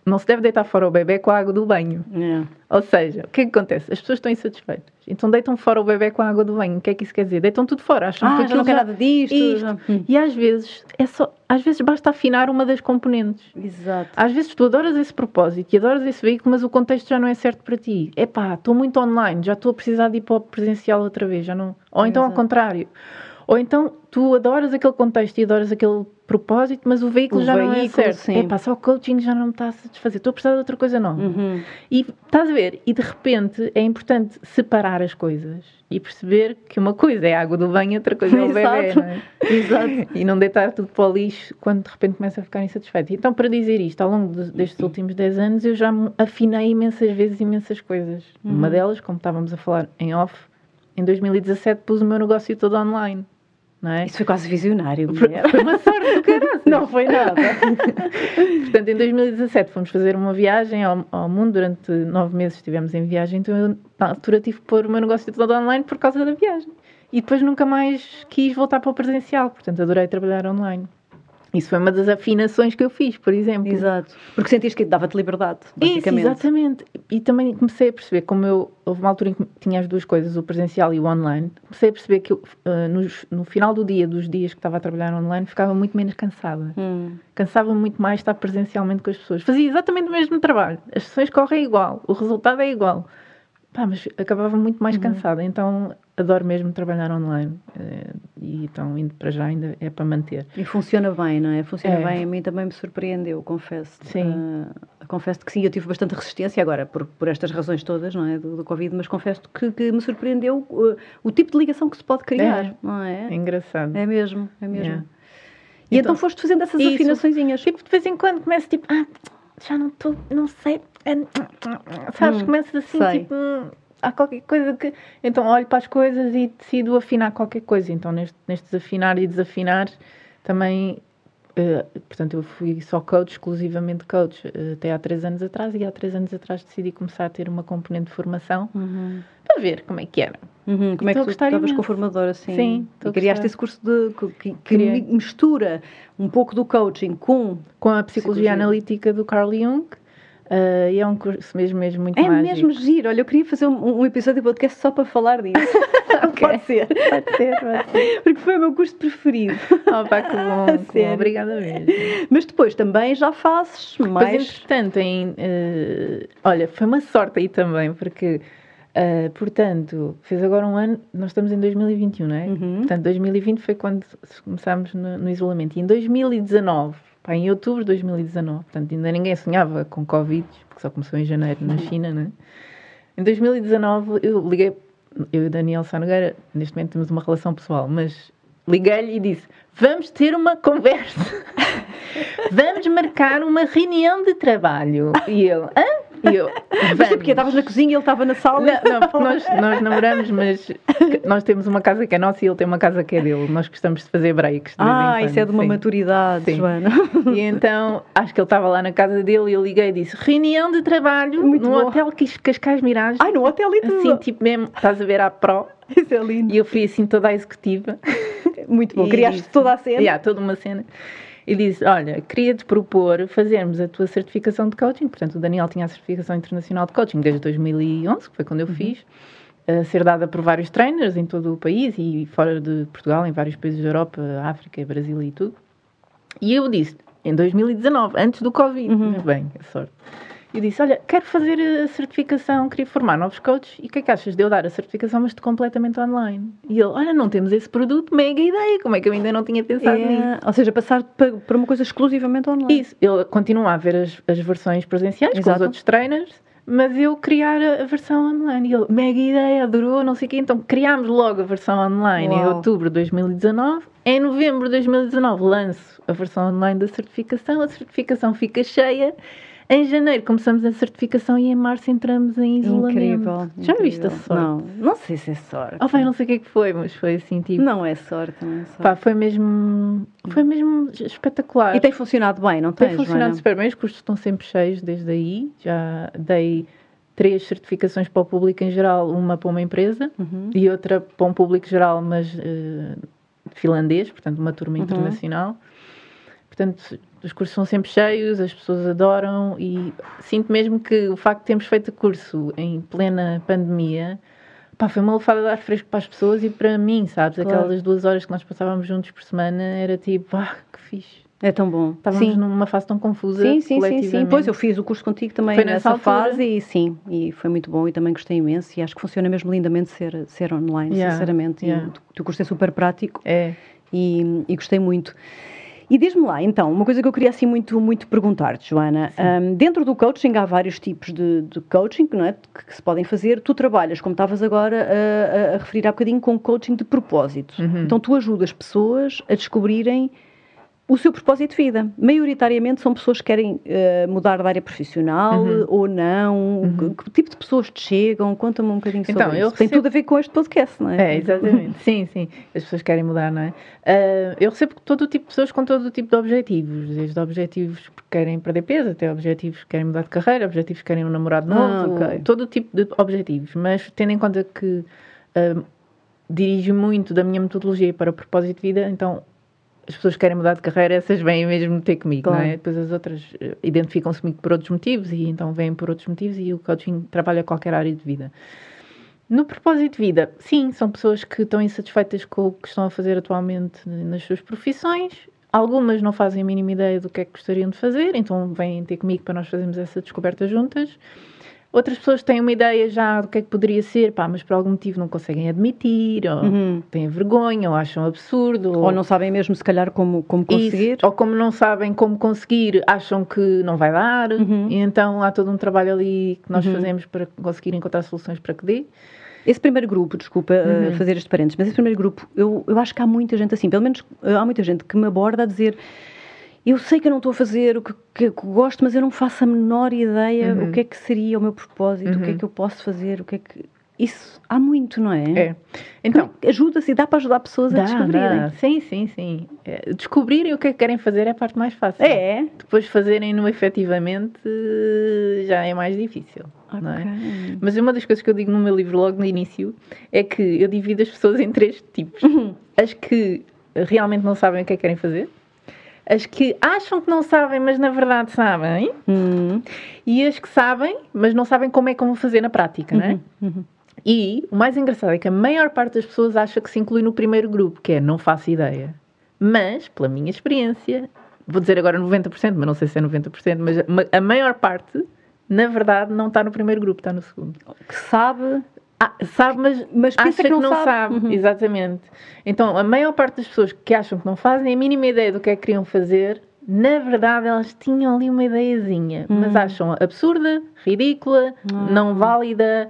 com a água do banho. Ou seja, o que é que acontece? As pessoas estão insatisfeitas. Então deitam fora o bebê com a água do banho. O que é que isso quer dizer? Deitam tudo fora. Acham que já não quer nada disto. E às vezes, às vezes basta afinar uma das componentes. Exato. Às vezes tu adoras esse propósito e adoras esse veículo, mas o contexto já não é certo para ti. Estou muito online, já estou a precisar de ir para o presencial outra vez. Já não... Ou então ao contrário. Ou então tu adoras aquele contexto e adoras aquele propósito, mas o veículo já não é certo. Só o coaching já não me está a satisfazer. Estou a precisar de outra coisa nova. E estás a ver? E de repente é importante separar as coisas e perceber que uma coisa é a água do banho e outra coisa é o bebê, não é? Exato. E não deitar tudo para o lixo quando de repente começa a ficar insatisfeito. Então, para dizer isto, ao longo destes últimos 10 anos, eu já afinei imensas vezes imensas coisas. Uma delas, como estávamos a falar em off, em 2017 pus o meu negócio todo online. Não é? Isso foi quase visionário. Foi uma sorte do caralho. Não foi nada. Portanto, em 2017 fomos fazer uma viagem ao mundo. Durante 9 meses estivemos em viagem. Então eu, na altura, tive que pôr o meu negócio todo online por causa da viagem. E depois nunca mais quis voltar para o presencial. Portanto, adorei trabalhar online. Isso foi uma das afinações que eu fiz, por exemplo. Exato. Porque sentias que dava-te liberdade, basicamente. Isso, exatamente. E também comecei a perceber, houve uma altura em que tinha as duas coisas, o presencial e o online, comecei a perceber que eu, no final do dia, dos dias que estava a trabalhar online, ficava muito menos cansada. Cansava muito mais estar presencialmente com as pessoas. Fazia exatamente o mesmo trabalho. As sessões correm igual, o resultado é igual. Mas acabava muito mais cansada. Então, adoro mesmo trabalhar online. E então, indo para já, ainda é para manter. E funciona bem, não é? Funciona bem. A mim também me surpreendeu, confesso. Sim. Confesso que sim, eu tive bastante resistência agora, por estas razões todas, não é? Do Covid, mas confesso que me surpreendeu o tipo de ligação que se pode criar, não é? É engraçado. É mesmo. E então foste fazendo essas afinaçõezinhas. Tipo, de vez em quando começo, tipo, já não estou, não sei. Sabes, começas assim, sei. tipo, há qualquer coisa que... Então olho para as coisas e decido afinar qualquer coisa. Então nestes afinar e desafinar também... portanto, eu fui só coach, exclusivamente coach, até há 3 anos atrás. E há 3 anos atrás decidi começar a ter uma componente de formação para ver como é que era. Como é que tu estavas com o formador assim? Sim. E criaste esse curso que mistura um pouco do coaching com a psicologia analítica do Carl Jung. E é um curso mesmo muito mágico. É mesmo giro. Olha, eu queria fazer um episódio de podcast só para falar disso. Okay. Pode ser. Porque foi o meu curso preferido. Que bom. Obrigada mesmo. Mas depois também já fazes mais... Mas, entretanto, olha, foi uma sorte aí também, porque, portanto, fez agora um ano, nós estamos em 2021, não é? Portanto, 2020 foi quando começámos no isolamento. E em 2019... em outubro de 2019, portanto ainda ninguém sonhava com Covid, porque só começou em janeiro na China, não é? Em 2019 eu liguei, eu e o Daniel Sá Nogueira, neste momento temos uma relação pessoal, mas liguei-lhe e disse, vamos ter uma conversa, vamos marcar uma reunião de trabalho. E ele, E eu, Mas porque estavas na cozinha e ele estava na sala? Não, porque nós namoramos, mas nós temos uma casa que é nossa e ele tem uma casa que é dele. Nós gostamos de fazer breaks. Isso é de uma maturidade, Joana. E então, acho que ele estava lá na casa dele e eu liguei e disse, reunião de trabalho no hotel Cascais Mirage. No hotel e tudo. Assim, tipo mesmo, estás a ver à Pro. Isso é lindo. E eu fui assim toda a executiva. Muito bom. Criaste toda a cena. Toda uma cena. E disse, olha, queria-te propor fazermos a tua certificação de coaching. Portanto, o Daniel tinha a certificação internacional de coaching desde 2011, que foi quando eu fiz, a ser dada por vários trainers em todo o país e fora de Portugal, em vários países da Europa, África, Brasil e tudo. E eu disse, em 2019, antes do Covid, bem, é sorte. Eu disse, olha, quero fazer a certificação, queria formar novos coaches e o que é que achas de eu dar a certificação, mas completamente online? E ele, olha, não temos esse produto, mega ideia, como é que eu ainda não tinha pensado nisso? Ou seja, passar para uma coisa exclusivamente online. Isso, ele continua a ver as versões presenciais com os outros trainers, mas eu criar a versão online. E ele, mega ideia, adorou, não sei o quê. Então criámos logo a versão online em outubro de 2019. Em novembro de 2019 lanço a versão online da certificação, a certificação fica cheia. Em janeiro começamos a certificação e em março entramos em isolamento. Incrível. Já viste a sorte? Não sei se é sorte. Não sei o que é que foi, mas foi assim, tipo... Não é sorte, não é sorte. Foi mesmo espetacular. E tem funcionado bem, não tem? Tem funcionado super bem, os cursos estão sempre cheios desde aí. Já dei 3 certificações para o público em geral, uma para uma empresa e outra para um público geral, mas finlandês, portanto uma turma internacional. Portanto, os cursos são sempre cheios, as pessoas adoram e sinto mesmo que o facto de termos feito o curso em plena pandemia, foi uma lufada de ar fresco para as pessoas e para mim, sabes? Claro. Aquelas 2 horas que nós passávamos juntos por semana era tipo, que fixe. É tão bom. Estávamos numa fase tão confusa. Sim. Pois, eu fiz o curso contigo também nessa fase e foi muito bom e também gostei imenso e acho que funciona mesmo lindamente ser online, sinceramente. E o teu curso é super prático e gostei muito. E diz-me lá, então, uma coisa que eu queria assim muito perguntar-te, Joana. Dentro do coaching há vários tipos de coaching, não é, que se podem fazer. Tu trabalhas, como estavas agora a referir há bocadinho, com coaching de propósito. Então tu ajudas pessoas a descobrirem o seu propósito de vida. Maioritariamente são pessoas que querem mudar de área profissional ou não. Que tipo de pessoas te chegam? Conta-me um bocadinho sobre isso. Tem tudo a ver com este podcast, não é? Exatamente. Sim. As pessoas querem mudar, não é? Eu recebo todo o tipo de pessoas com todo o tipo de objetivos. Desde objetivos que querem perder peso, até objetivos que querem mudar de carreira, objetivos que querem um namorado novo. Todo o tipo de objetivos. Mas tendo em conta que dirijo muito da minha metodologia para o propósito de vida, então... As pessoas que querem mudar de carreira, essas vêm mesmo ter comigo, não é? Depois as outras identificam-se comigo por outros motivos e então vêm por outros motivos e o coaching trabalha qualquer área de vida. No propósito de vida, sim, são pessoas que estão insatisfeitas com o que estão a fazer atualmente nas suas profissões. Algumas não fazem a mínima ideia do que é que gostariam de fazer, então vêm ter comigo para nós fazermos essa descoberta juntas. Outras pessoas têm uma ideia já do que é que poderia ser, mas por algum motivo não conseguem admitir, ou têm vergonha, ou acham absurdo. Ou não sabem mesmo, se calhar, como conseguir. Isso, ou como não sabem como conseguir, acham que não vai dar. E então há todo um trabalho ali que nós fazemos para conseguir encontrar soluções para que dê. Esse primeiro grupo, desculpa fazer este parênteses, mas esse primeiro grupo, eu acho que há muita gente assim, pelo menos há muita gente que me aborda a dizer... Eu sei que eu não estou a fazer o que gosto, mas eu não faço a menor ideia o que é que seria o meu propósito, o que é que eu posso fazer, Isso há muito, não é? Então, ajuda-se e dá para ajudar pessoas a descobrirem. Sim. Descobrirem o que é que querem fazer é a parte mais fácil. Depois fazerem-no efetivamente já é mais difícil. Não é? Mas uma das coisas que eu digo no meu livro logo no início é que eu divido as pessoas em 3 tipos. As que realmente não sabem o que é que querem fazer. As que acham que não sabem, mas na verdade sabem. E as que sabem, mas não sabem como é que vão fazer na prática, não é? E o mais engraçado é que a maior parte das pessoas acha que se inclui no primeiro grupo, que é não faço ideia. Mas, pela minha experiência, vou dizer agora 90%, mas não sei se é 90%, mas a maior parte, na verdade, não está no primeiro grupo, está no segundo. Que sabe... sabe, mas pensa que não sabe. Exatamente. Então, a maior parte das pessoas que acham que não fazem a mínima ideia do que é que queriam fazer, na verdade, elas tinham ali uma ideiazinha, mas acham absurda, ridícula, não válida,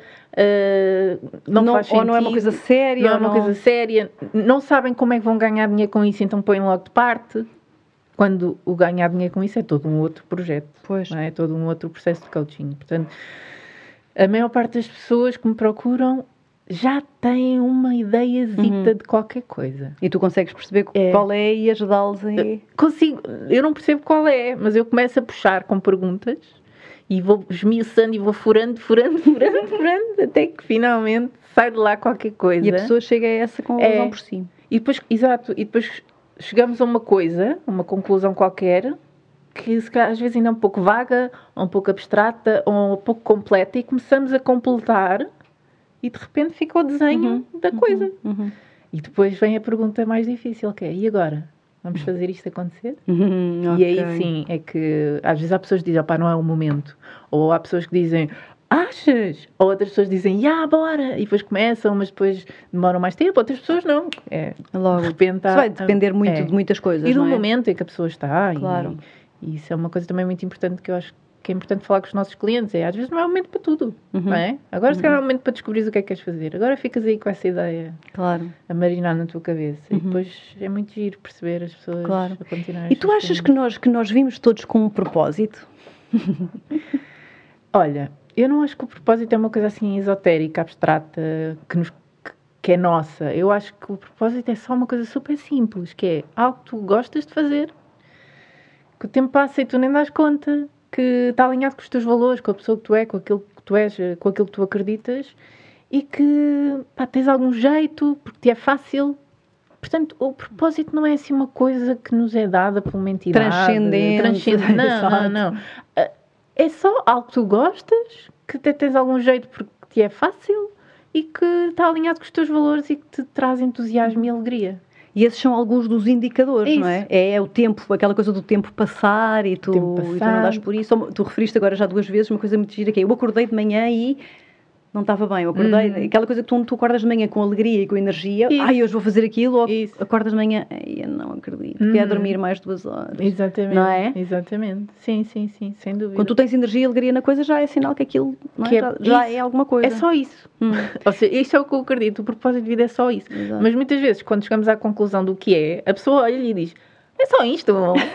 não faz sentido. Ou não é uma coisa séria. Não é uma coisa séria. Não sabem como é que vão ganhar dinheiro com isso, então põem logo de parte. quando o ganhar dinheiro com isso é todo um outro projeto. Pois. Não é? É todo um outro processo de coaching. Portanto, a maior parte das pessoas que me procuram já têm uma ideiazita de qualquer coisa. E tu consegues perceber qual é e ajudá-los a... Consigo. Eu não percebo qual é, mas eu começo a puxar com perguntas e vou esmiuçando e vou furando, até que finalmente sai de lá qualquer coisa. E a pessoa chega a essa conclusão por si. E depois, exato, e depois chegamos a uma coisa, uma conclusão qualquer, que se calhar, às vezes ainda é um pouco vaga, ou um pouco abstrata, ou um pouco completa, e começamos a completar, e de repente fica o desenho da coisa. E depois vem a pergunta mais difícil, que é, e agora? Vamos fazer isto acontecer? E aí sim, é que às vezes há pessoas que dizem, pá, não é o momento. Ou há pessoas que dizem, achas? Ou outras pessoas dizem, bora! E depois começam, mas depois demoram mais tempo. Outras pessoas não. Logo. De repente, isso vai depender muito de muitas coisas, e do não é? momento em que a pessoa está. Claro. E isso é uma coisa também muito importante que eu acho que é importante falar com os nossos clientes. Às vezes não é o momento para tudo, não é? Agora se calhar é o momento para descobrir o que é que queres fazer. Agora ficas aí com essa ideia a marinar na tua cabeça. E depois é muito giro perceber as pessoas a continuar. E tu achas que nós vimos todos com um propósito? Olha, eu não acho que o propósito é uma coisa assim esotérica, abstrata, que é nossa. Eu acho que o propósito é só uma coisa super simples, que é algo que tu gostas de fazer, que o tempo passa e tu nem dás conta, que está alinhado com os teus valores, com a pessoa que tu é, com aquilo que tu és, com aquilo que tu acreditas, e que tens algum jeito, porque te é fácil. Portanto, o propósito não é assim uma coisa que nos é dada por uma entidade. Transcendente. Não. É só algo que tu gostas, que até tens algum jeito porque te é fácil e que está alinhado com os teus valores e que te traz entusiasmo e alegria. E esses são alguns dos indicadores, isso. Não é? É o tempo, aquela coisa do tempo passar e tu não dás por isso. Tu referiste agora já 2 vezes uma coisa muito gira, que é eu acordei de manhã e não estava bem. Eu acordei, aquela coisa que tu acordas de manhã com alegria e com energia. Hoje vou fazer aquilo. Ou acordas de manhã, eu não acredito. Quero dormir mais 2 horas. Exatamente. Não é? Exatamente. Sim, sem dúvida. Quando tu tens energia e alegria na coisa, já é sinal que aquilo já é alguma coisa. É só isso. Ou seja, isto é o que eu acredito. O propósito de vida é só isso. Exato. Mas muitas vezes, quando chegamos à conclusão do que é, a pessoa olha e diz, é só isto.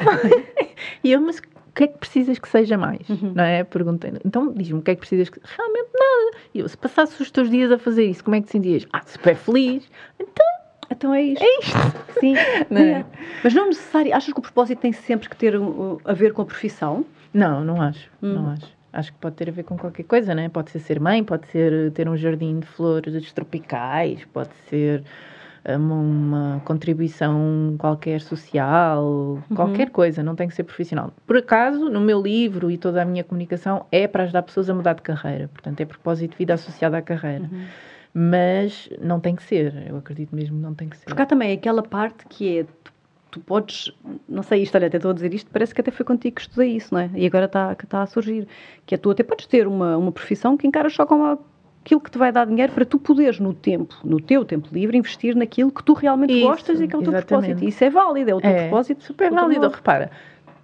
E eu, mas o que é que precisas que seja mais? Não é? Perguntei. Então, diz-me o que é que precisas que... Realmente nada. E eu, se passasses os teus dias a fazer isso, como é que te sentias? Super feliz. Então é isto. É isto. Sim. Não é? Mas não necessário. Achas que o propósito tem sempre que ter a ver com a profissão? Não acho. Não acho. Acho que pode ter a ver com qualquer coisa, né? Pode ser mãe, pode ser ter um jardim de flores tropicais, pode ser uma contribuição qualquer social, qualquer coisa, não tem que ser profissional. Por acaso, no meu livro e toda a minha comunicação é para ajudar pessoas a mudar de carreira. Portanto, é propósito de vida associado à carreira. Mas não tem que ser. Eu acredito mesmo que não tem que ser. Porque há também aquela parte que é... Tu podes, não sei isto, olha, até estou a dizer isto, parece que até foi contigo que estudei isso, não é? E agora está a surgir. Que é tu até podes ter uma profissão que encaras só como aquilo que te vai dar dinheiro para tu poderes, no teu tempo livre, investir naquilo que tu realmente gostas e que é o teu propósito. E isso é válido, é o teu propósito. Super válido. Repara,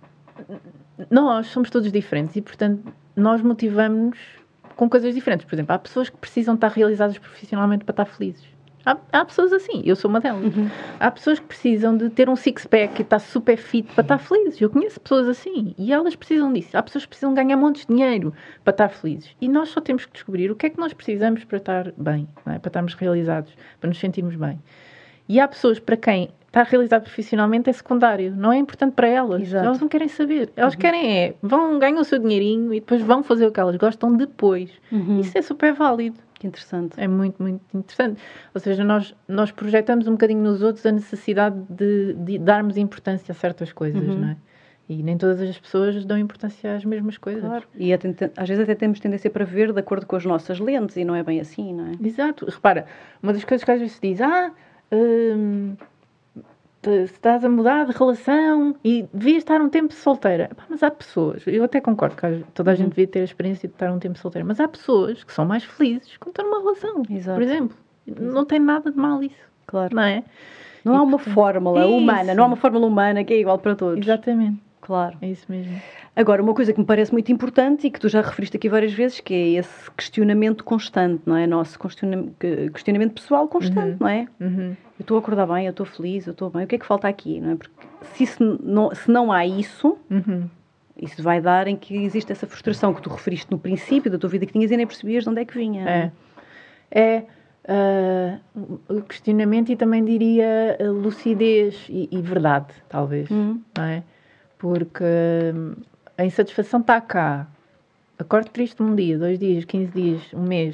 nós somos todos diferentes e, portanto, nós motivamos-nos com coisas diferentes. Por exemplo, há pessoas que precisam estar realizadas profissionalmente para estar felizes. Há pessoas assim, eu sou uma delas. Há pessoas que precisam de ter um six-pack e estar super fit para estar felizes. Eu conheço pessoas assim e elas precisam disso. Há pessoas que precisam ganhar montes de dinheiro para estar felizes. E nós só temos que descobrir o que é que nós precisamos para estar bem, não é? Para estarmos realizados, para nos sentirmos bem. E há pessoas para quem estar realizado profissionalmente é secundário, não é importante para elas. Exato. Elas não querem saber. Elas querem ganham o seu dinheirinho e depois vão fazer o que elas gostam depois. Isso é super válido. Que interessante. É muito, muito interessante. Ou seja, nós projetamos um bocadinho nos outros a necessidade de darmos importância a certas coisas, não é? E nem todas as pessoas dão importância às mesmas coisas. Claro. E às vezes até temos tendência para ver de acordo com as nossas lentes e não é bem assim, não é? Exato. Repara, uma das coisas que às vezes se diz, se estás a mudar de relação e devias estar um tempo solteira. Mas há pessoas, eu até concordo que toda a gente devia ter a experiência de estar um tempo solteira, mas há pessoas que são mais felizes quando estão numa relação. Exato. Por exemplo. Não tem nada de mal isso. Claro. Não é? Não há uma fórmula humana, não há uma fórmula humana que é igual para todos. Exatamente. Claro. É isso mesmo. Agora, uma coisa que me parece muito importante e que tu já referiste aqui várias vezes, que é esse questionamento constante, não é? Nosso questionamento pessoal constante, não é? Eu estou a acordar bem, eu estou feliz, eu estou bem, o que é que falta aqui, não é? Porque se não há isso, isso vai dar em que existe essa frustração que tu referiste no princípio da tua vida que tinhas e nem percebias de onde é que vinha. O questionamento e também diria lucidez e verdade, talvez, não é? Porque a insatisfação está cá. Acordo triste um dia, 2 dias, 15 dias, um mês.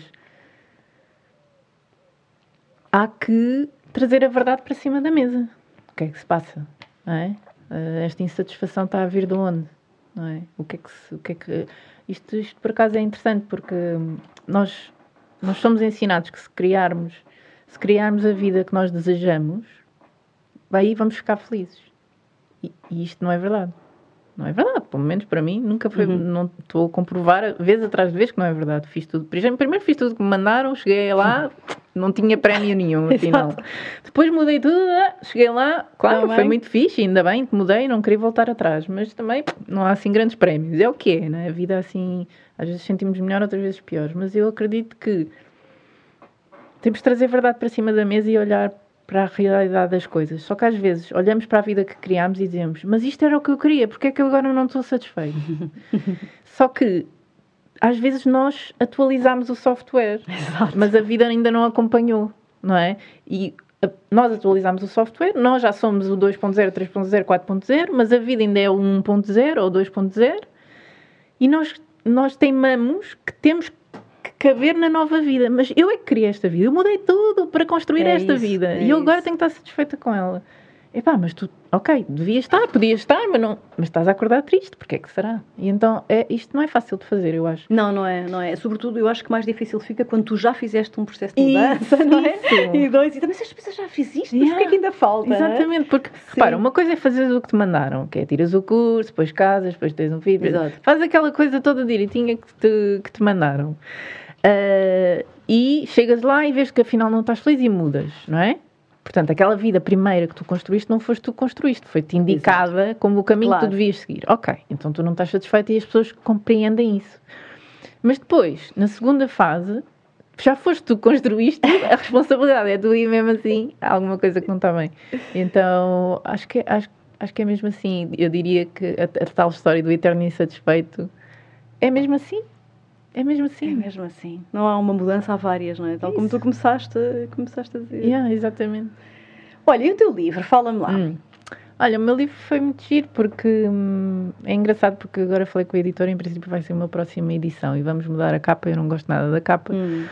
Há que trazer a verdade para cima da mesa. O que é que se passa? Não é? Esta insatisfação está a vir de onde? Não é? Isto por acaso é interessante porque nós somos ensinados que se criarmos a vida que nós desejamos, aí vamos ficar felizes. E isto não é verdade. Não é verdade. Pelo menos para mim, nunca foi. Não estou a comprovar, vez atrás de vez, que não é verdade. Fiz tudo. Primeiro fiz tudo que me mandaram, cheguei lá, não tinha prémio nenhum, afinal. Depois mudei tudo, cheguei lá, claro, foi muito fixe, ainda bem que mudei, não queria voltar atrás. Mas também não há assim grandes prémios. É o que é, né? A vida assim, às vezes sentimos melhor, outras vezes pior. Mas eu acredito que temos de trazer a verdade para cima da mesa e olhar para a realidade das coisas. Só que às vezes olhamos para a vida que criámos e dizemos, mas isto era o que eu queria, porque é que eu agora não estou satisfeito? Só que às vezes nós atualizámos o software, mas a vida ainda não acompanhou, não é? E nós atualizámos o software, nós já somos o 2.0, 3.0, 4.0, mas a vida ainda é o 1.0 ou 2.0 e nós teimamos que temos que caber na nova vida, mas eu é que criei esta vida, eu mudei tudo para construir esta vida e eu agora tenho que estar satisfeita com ela. Epá, mas tu, ok, devias estar, podias estar, mas estás a acordar triste, porque é que será? E então, isto não é fácil de fazer, eu acho. Não é. Sobretudo, eu acho que mais difícil fica quando tu já fizeste um processo de mudança, não é? E também se as pessoas já fiz isto, mas porquê é que ainda falta? Exatamente, porque, repara, uma coisa é fazer o que te mandaram, que é tiras o curso, depois casas, depois tens um filho, faz aquela coisa toda direitinha que te mandaram. E chegas lá e vês que afinal não estás feliz e mudas, não é? Portanto, aquela vida primeira que tu construíste não foste tu que construíste, foi-te indicada como o caminho que tu devias seguir. Ok, então tu não estás satisfeita e as pessoas compreendem isso. Mas depois, na segunda fase, já foste tu que construíste, a responsabilidade é tua e mesmo assim há alguma coisa que não está bem. Então, acho que é mesmo assim. Eu diria que a tal história do eterno insatisfeito é mesmo assim. É mesmo assim. É mesmo assim. Não há uma mudança, há várias, não é? Tal como tu começaste a dizer. Exatamente. Olha, e o teu livro? Fala-me lá. Olha, o meu livro foi muito giro porque é engraçado porque agora falei com a editora, em princípio vai ser uma próxima edição e vamos mudar a capa, eu não gosto nada da capa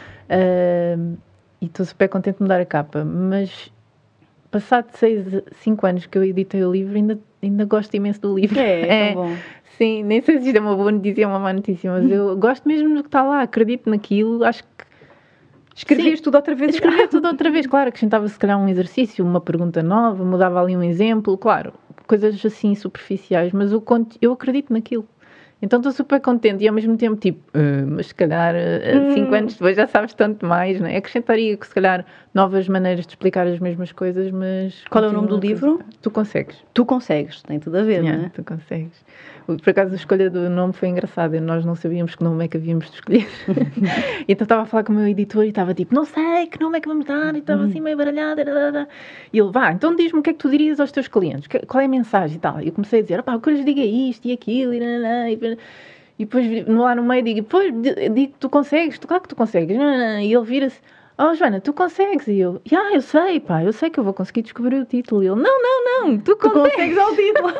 e estou super contente de mudar a capa, mas passado 5 anos que eu editei o livro ainda gosto imenso do livro. É tão bom. Sim, nem sei se isto é uma boa notícia ou uma má notícia, mas eu gosto mesmo do que está lá, acredito naquilo, acho que... Escrevias tudo outra vez? Escrevia tudo outra vez, claro, acrescentava se calhar um exercício, uma pergunta nova, mudava ali um exemplo, claro, coisas assim superficiais, mas eu acredito naquilo. Então estou super contente e ao mesmo tempo tipo, mas se calhar 5 anos depois já sabes tanto mais, não é? Acrescentaria que se calhar novas maneiras de explicar as mesmas coisas, mas... Qual é o nome do livro? Tu consegues. Tu consegues, tem tudo a ver, não é? Tu consegues. Por acaso a escolha do nome foi engraçada, nós não sabíamos que nome é que havíamos de escolher. Então estava a falar com o meu editor e estava tipo, não sei que nome é que vamos dar, e estava assim meio baralhada. E ele, então diz-me o que é que tu dirias aos teus clientes, qual é a mensagem e tal. E eu comecei a dizer, o que eu lhes digo é isto e aquilo, e depois lá no meio digo, digo, tu consegues, claro que tu consegues. E ele vira-se, Joana, tu consegues. E eu, eu sei que eu vou conseguir descobrir o título. E ele, não, tu consegues ao título.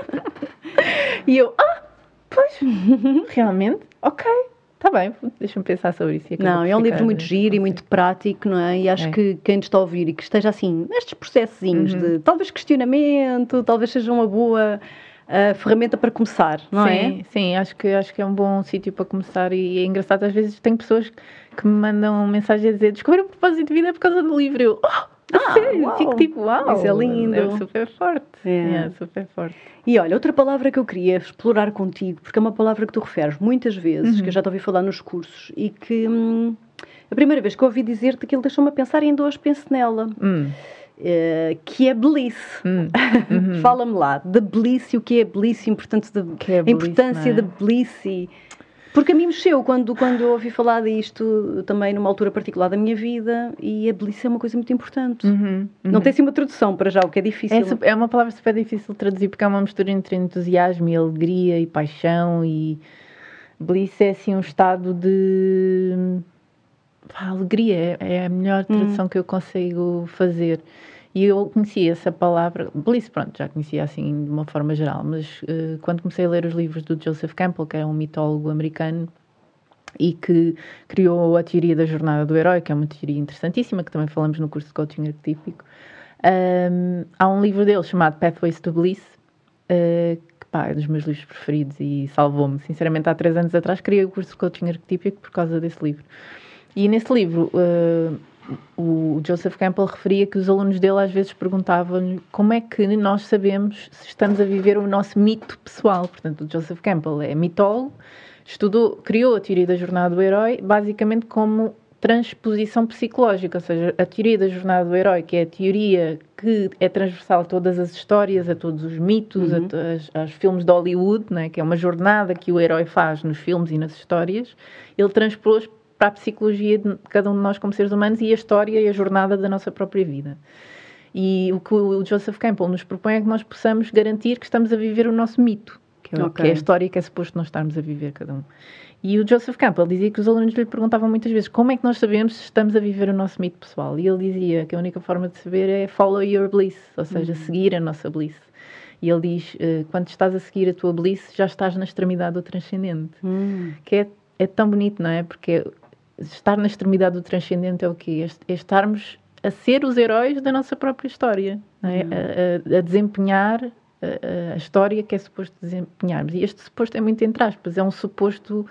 E eu, pois, realmente, ok, está bem, deixa-me pensar sobre isso. Não, é um livro muito giro e muito prático, não é? E acho que quem nos está a ouvir e que esteja assim, nestes processinhos de talvez questionamento, talvez seja uma boa ferramenta para começar, não é? Sim, acho que é um bom sítio para começar e é engraçado, às vezes tenho pessoas que me mandam mensagem a dizer, descobri um propósito de vida por causa do livro. Eu, sério? Fico tipo, uau! Isso é lindo. É super forte. É super forte. E olha, outra palavra que eu queria explorar contigo, porque é uma palavra que tu referes muitas vezes, que eu já te ouvi falar nos cursos, e que a primeira vez que eu ouvi dizer-te aquilo deixou-me a pensar e ainda hoje penso nela. que é Bliss. Fala-me lá, da Bliss e o que é Bliss, a importância da Bliss. Porque a mim mexeu quando eu ouvi falar disto também numa altura particular da minha vida, e a Bliss é uma coisa muito importante. Não tem assim uma tradução para já, o que é difícil. É uma palavra super difícil de traduzir, porque é uma mistura entre entusiasmo e alegria e paixão, e Bliss é assim um estado de alegria, é a melhor tradução que eu consigo fazer. E eu conhecia essa palavra, Bliss, pronto, já conhecia assim de uma forma geral, mas quando comecei a ler os livros do Joseph Campbell, que é um mitólogo americano e que criou a teoria da jornada do herói, que é uma teoria interessantíssima, que também falamos no curso de coaching arquetípico, há um livro dele chamado Pathways to Bliss, que é dos meus livros preferidos e salvou-me. Sinceramente, há 3 anos atrás criei o curso de coaching arquetípico por causa desse livro. E nesse livro, o Joseph Campbell referia que os alunos dele às vezes perguntavam-lhe como é que nós sabemos se estamos a viver o nosso mito pessoal. Portanto, o Joseph Campbell é mitólogo, criou a teoria da jornada do herói basicamente como transposição psicológica, ou seja, a teoria da jornada do herói, que é a teoria que é transversal a todas as histórias, a todos os mitos, aos filmes de Hollywood, né, que é uma jornada que o herói faz nos filmes e nas histórias, ele transpôs para a psicologia de cada um de nós como seres humanos e a história e a jornada da nossa própria vida. E o que o Joseph Campbell nos propõe é que nós possamos garantir que estamos a viver o nosso mito, que é a história que é suposto nós estarmos a viver cada um. E o Joseph Campbell dizia que os alunos lhe perguntavam muitas vezes como é que nós sabemos se estamos a viver o nosso mito pessoal. E ele dizia que a única forma de saber é follow your bliss, ou seja, seguir a nossa bliss. E ele diz, quando estás a seguir a tua bliss, já estás na extremidade do transcendente. Que é tão bonito, não é? Porque estar na extremidade do transcendente é o quê? É estarmos a ser os heróis da nossa própria história, não é? A desempenhar a história que é suposto desempenharmos. E este suposto é muito entre aspas, é um suposto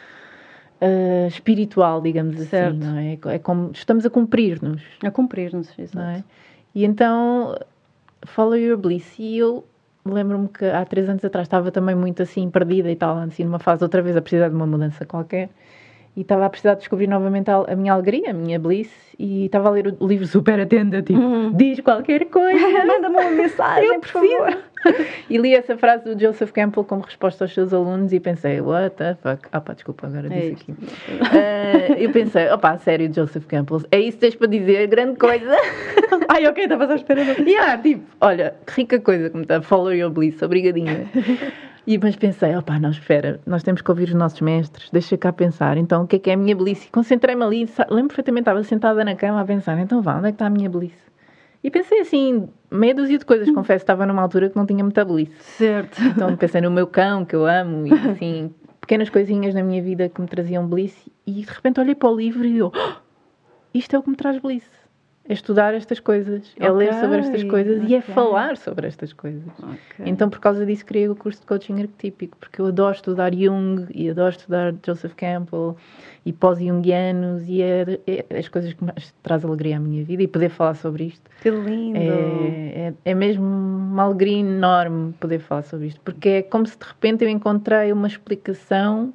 espiritual, digamos assim, não é? É como estamos a cumprir-nos. A cumprir-nos, exato. Não é? E então, follow your bliss. E eu lembro-me que há 3 anos atrás estava também muito assim, perdida e tal, assim, numa fase outra vez a precisar de uma mudança qualquer. E estava a precisar de descobrir novamente a minha alegria, a minha bliss, e estava a ler o livro super atenta, tipo, diz qualquer coisa, manda-me uma mensagem, por favor. E li essa frase do Joseph Campbell como resposta aos seus alunos e pensei, what the fuck? Desculpa, agora disse aqui. Eu pensei, sério, Joseph Campbell, é isso que tens para dizer, grande coisa. Ai, ok, estavas à espera. Tipo, olha, rica coisa, como está, follow your bliss, obrigadinha. Mas pensei, não, espera, nós temos que ouvir os nossos mestres, deixa cá pensar, então o que é a minha bliss? E concentrei-me ali, lembro perfeitamente, estava sentada na cama a pensar, então onde é que está a minha bliss? E pensei assim, meia dúzia de coisas, confesso, estava numa altura que não tinha muita bliss. Certo. Então pensei no meu cão, que eu amo, e assim, pequenas coisinhas na minha vida que me traziam bliss, e de repente olhei para o livro e eu, isto é o que me traz bliss. É estudar estas coisas, é ler sobre estas coisas e é falar sobre estas coisas. Então, por causa disso, criei o curso de coaching arquetípico, porque eu adoro estudar Jung e adoro estudar Joseph Campbell e pós-jungianos e é as coisas que mais traz alegria à minha vida e poder falar sobre isto. Que lindo! É mesmo uma alegria enorme poder falar sobre isto, porque é como se de repente eu encontrei uma explicação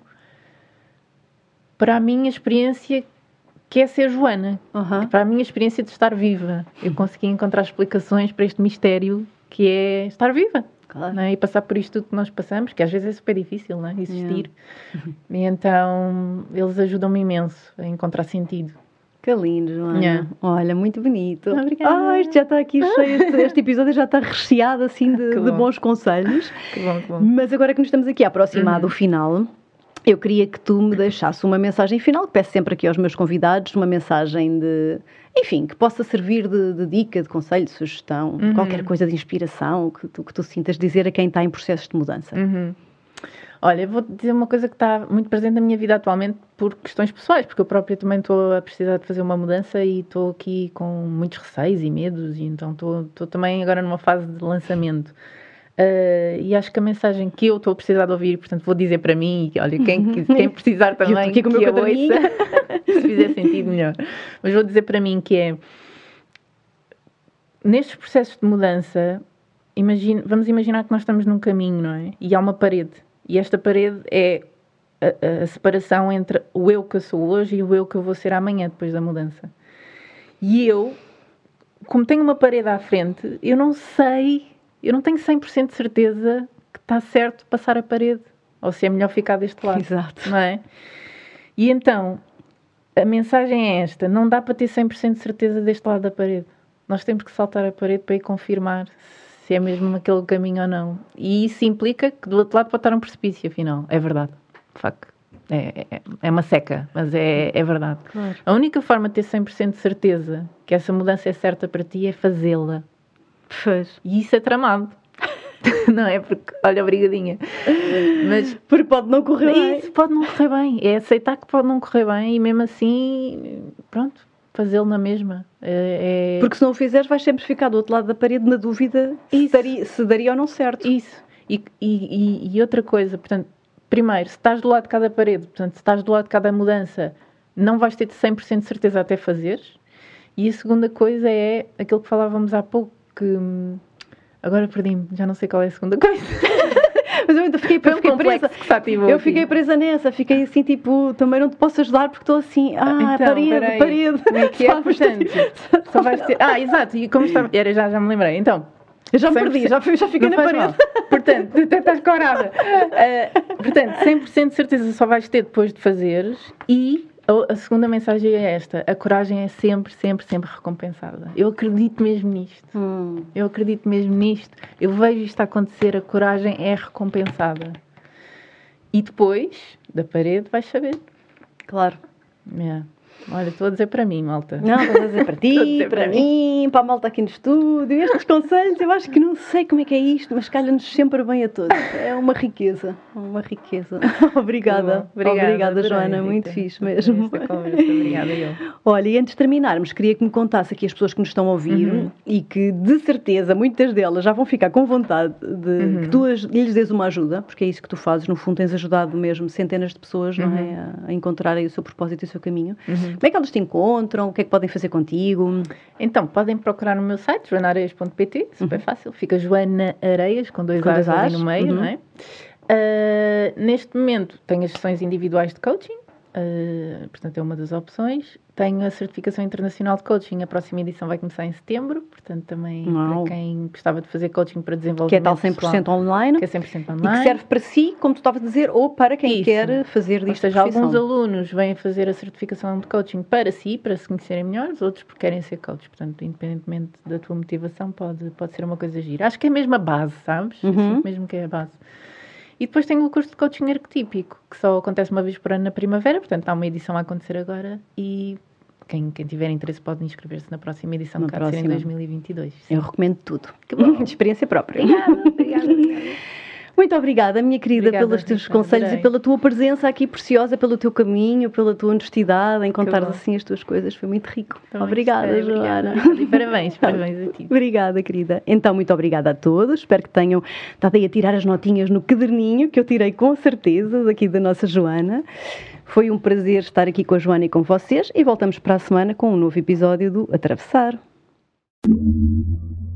para a minha experiência que é ser Joana, para a minha experiência de estar viva. Eu consegui encontrar explicações para este mistério que é estar viva. Claro. Não é? E passar por isto tudo que nós passamos, que às vezes é super difícil, não é? Existir. E então, eles ajudam-me imenso a encontrar sentido. Que lindo, Joana. Olha, muito bonito. Obrigada. Isto já está aqui cheio, este episódio já está recheado assim de bons conselhos. Que bom. Mas agora que nos estamos aqui a aproximar do final, eu queria que tu me deixasse uma mensagem final, que peço sempre aqui aos meus convidados, uma mensagem enfim, que possa servir de dica, de conselho, de sugestão, qualquer coisa de inspiração que tu sintas dizer a quem está em processos de mudança. Olha, vou dizer uma coisa que está muito presente na minha vida atualmente por questões pessoais, porque eu própria também estou a precisar de fazer uma mudança e estou aqui com muitos receios e medos, e então estou também agora numa fase de lançamento. E acho que a mensagem que eu estou a precisar de ouvir, portanto vou dizer para mim, olha, quem precisar também que a ouça, se fizer sentido melhor, mas vou dizer para mim que é, nestes processos de mudança, vamos imaginar que nós estamos num caminho, não é? E há uma parede, e esta parede é a separação entre o eu que eu sou hoje e o eu que eu vou ser amanhã, depois da mudança. E eu como tenho uma parede à frente, eu não tenho 100% de certeza que está certo passar a parede, ou se é melhor ficar deste lado. Exato. Não é? E então, a mensagem é esta, não dá para ter 100% de certeza deste lado da parede. Nós temos que saltar a parede para ir confirmar se é mesmo aquele caminho ou não. E isso implica que do outro lado pode estar um precipício, afinal. É verdade. Fuck. É uma seca, mas é verdade. Claro. A única forma de ter 100% de certeza que essa mudança é certa para ti é fazê-la. Pois. E isso é tramado. Não é? Porque, olha, obrigadinha. Mas porque pode não correr bem. Isso pode não correr bem. É aceitar que pode não correr bem e mesmo assim, pronto, fazê-lo na mesma. Porque se não o fizeres vais sempre ficar do outro lado da parede na dúvida se daria ou não certo. Isso. E outra coisa, portanto, primeiro, se estás do lado de cada parede, portanto, se estás do lado de cada mudança, não vais ter 100% de certeza até fazeres. E a segunda coisa é aquilo que falávamos há pouco, que agora perdi-me, já não sei qual é a segunda coisa. Mas eu ainda fiquei presa. Eu fiquei presa nessa, fiquei assim, tipo, também não te posso ajudar porque estou assim, então, parede. Como é que é? Portanto, só vais ter... exato, e como estava... já me lembrei, então... Eu já me perdi, já fiquei na parede. Mal. Portanto, tu até estás corada. Portanto, 100% de certeza só vais ter depois de fazeres. E a segunda mensagem é esta. A coragem é sempre, sempre, sempre recompensada. Eu acredito mesmo nisto. Eu acredito mesmo nisto. Eu vejo isto acontecer. A coragem é recompensada. E depois, da parede, vais saber. Claro. Yeah. Olha, estou a dizer para mim, malta. Não, estou a dizer para ti, para mim, para a malta aqui no estúdio. Estes conselhos, eu acho que não sei como é que é isto, mas calha-nos sempre bem a todos. É uma riqueza, uma riqueza. Obrigada, Joana, muito fixe mesmo. Obrigada, eu. Olha, e antes de terminarmos, queria que me contasse aqui as pessoas que nos estão a ouvir e que, de certeza, muitas delas já vão ficar com vontade de que tu lhes dês uma ajuda, porque é isso que tu fazes, no fundo tens ajudado mesmo centenas de pessoas, não é? A encontrarem o seu propósito e o seu caminho. Como é que elas te encontram? O que é que podem fazer contigo? Então, podem procurar no meu site, joanaareias.pt, super fácil. Fica Joana Areias, com dois A's ali no meio, não é? Neste momento, tenho as sessões individuais de coaching, portanto é uma das opções. Tenho a certificação internacional de coaching, a próxima edição vai começar em setembro, portanto também para quem gostava de fazer coaching para desenvolvimento que é tal 100% pessoal, online, que é 100% online. E que serve para si, como tu estavas a dizer, ou para quem quer fazer disto. Ou seja, alguns alunos vêm fazer a certificação de coaching para si, para se conhecerem melhor, os outros porque querem ser coaches, portanto, independentemente da tua motivação, pode ser uma coisa gira. Acho que é mesmo a base, sabes? Sinto mesmo que é a base. E depois tenho o curso de coaching arquetípico, que só acontece uma vez por ano na primavera, portanto há uma edição a acontecer agora e quem tiver interesse pode inscrever-se na próxima edição, que vai ser em 2022. Sim. Eu recomendo tudo. Que bom. Experiência própria. Obrigada. Muito obrigada, minha querida, pelos teus conselhos e pela tua presença aqui preciosa, pelo teu caminho, pela tua honestidade em contar assim as tuas coisas. Foi muito rico. Também obrigada, Joana. E parabéns a ti. Obrigada, querida. Então, muito obrigada a todos. Espero que tenham estado aí a tirar as notinhas no caderninho, que eu tirei com certeza daqui da nossa Joana. Foi um prazer estar aqui com a Joana e com vocês e voltamos para a semana com um novo episódio do Atravessar.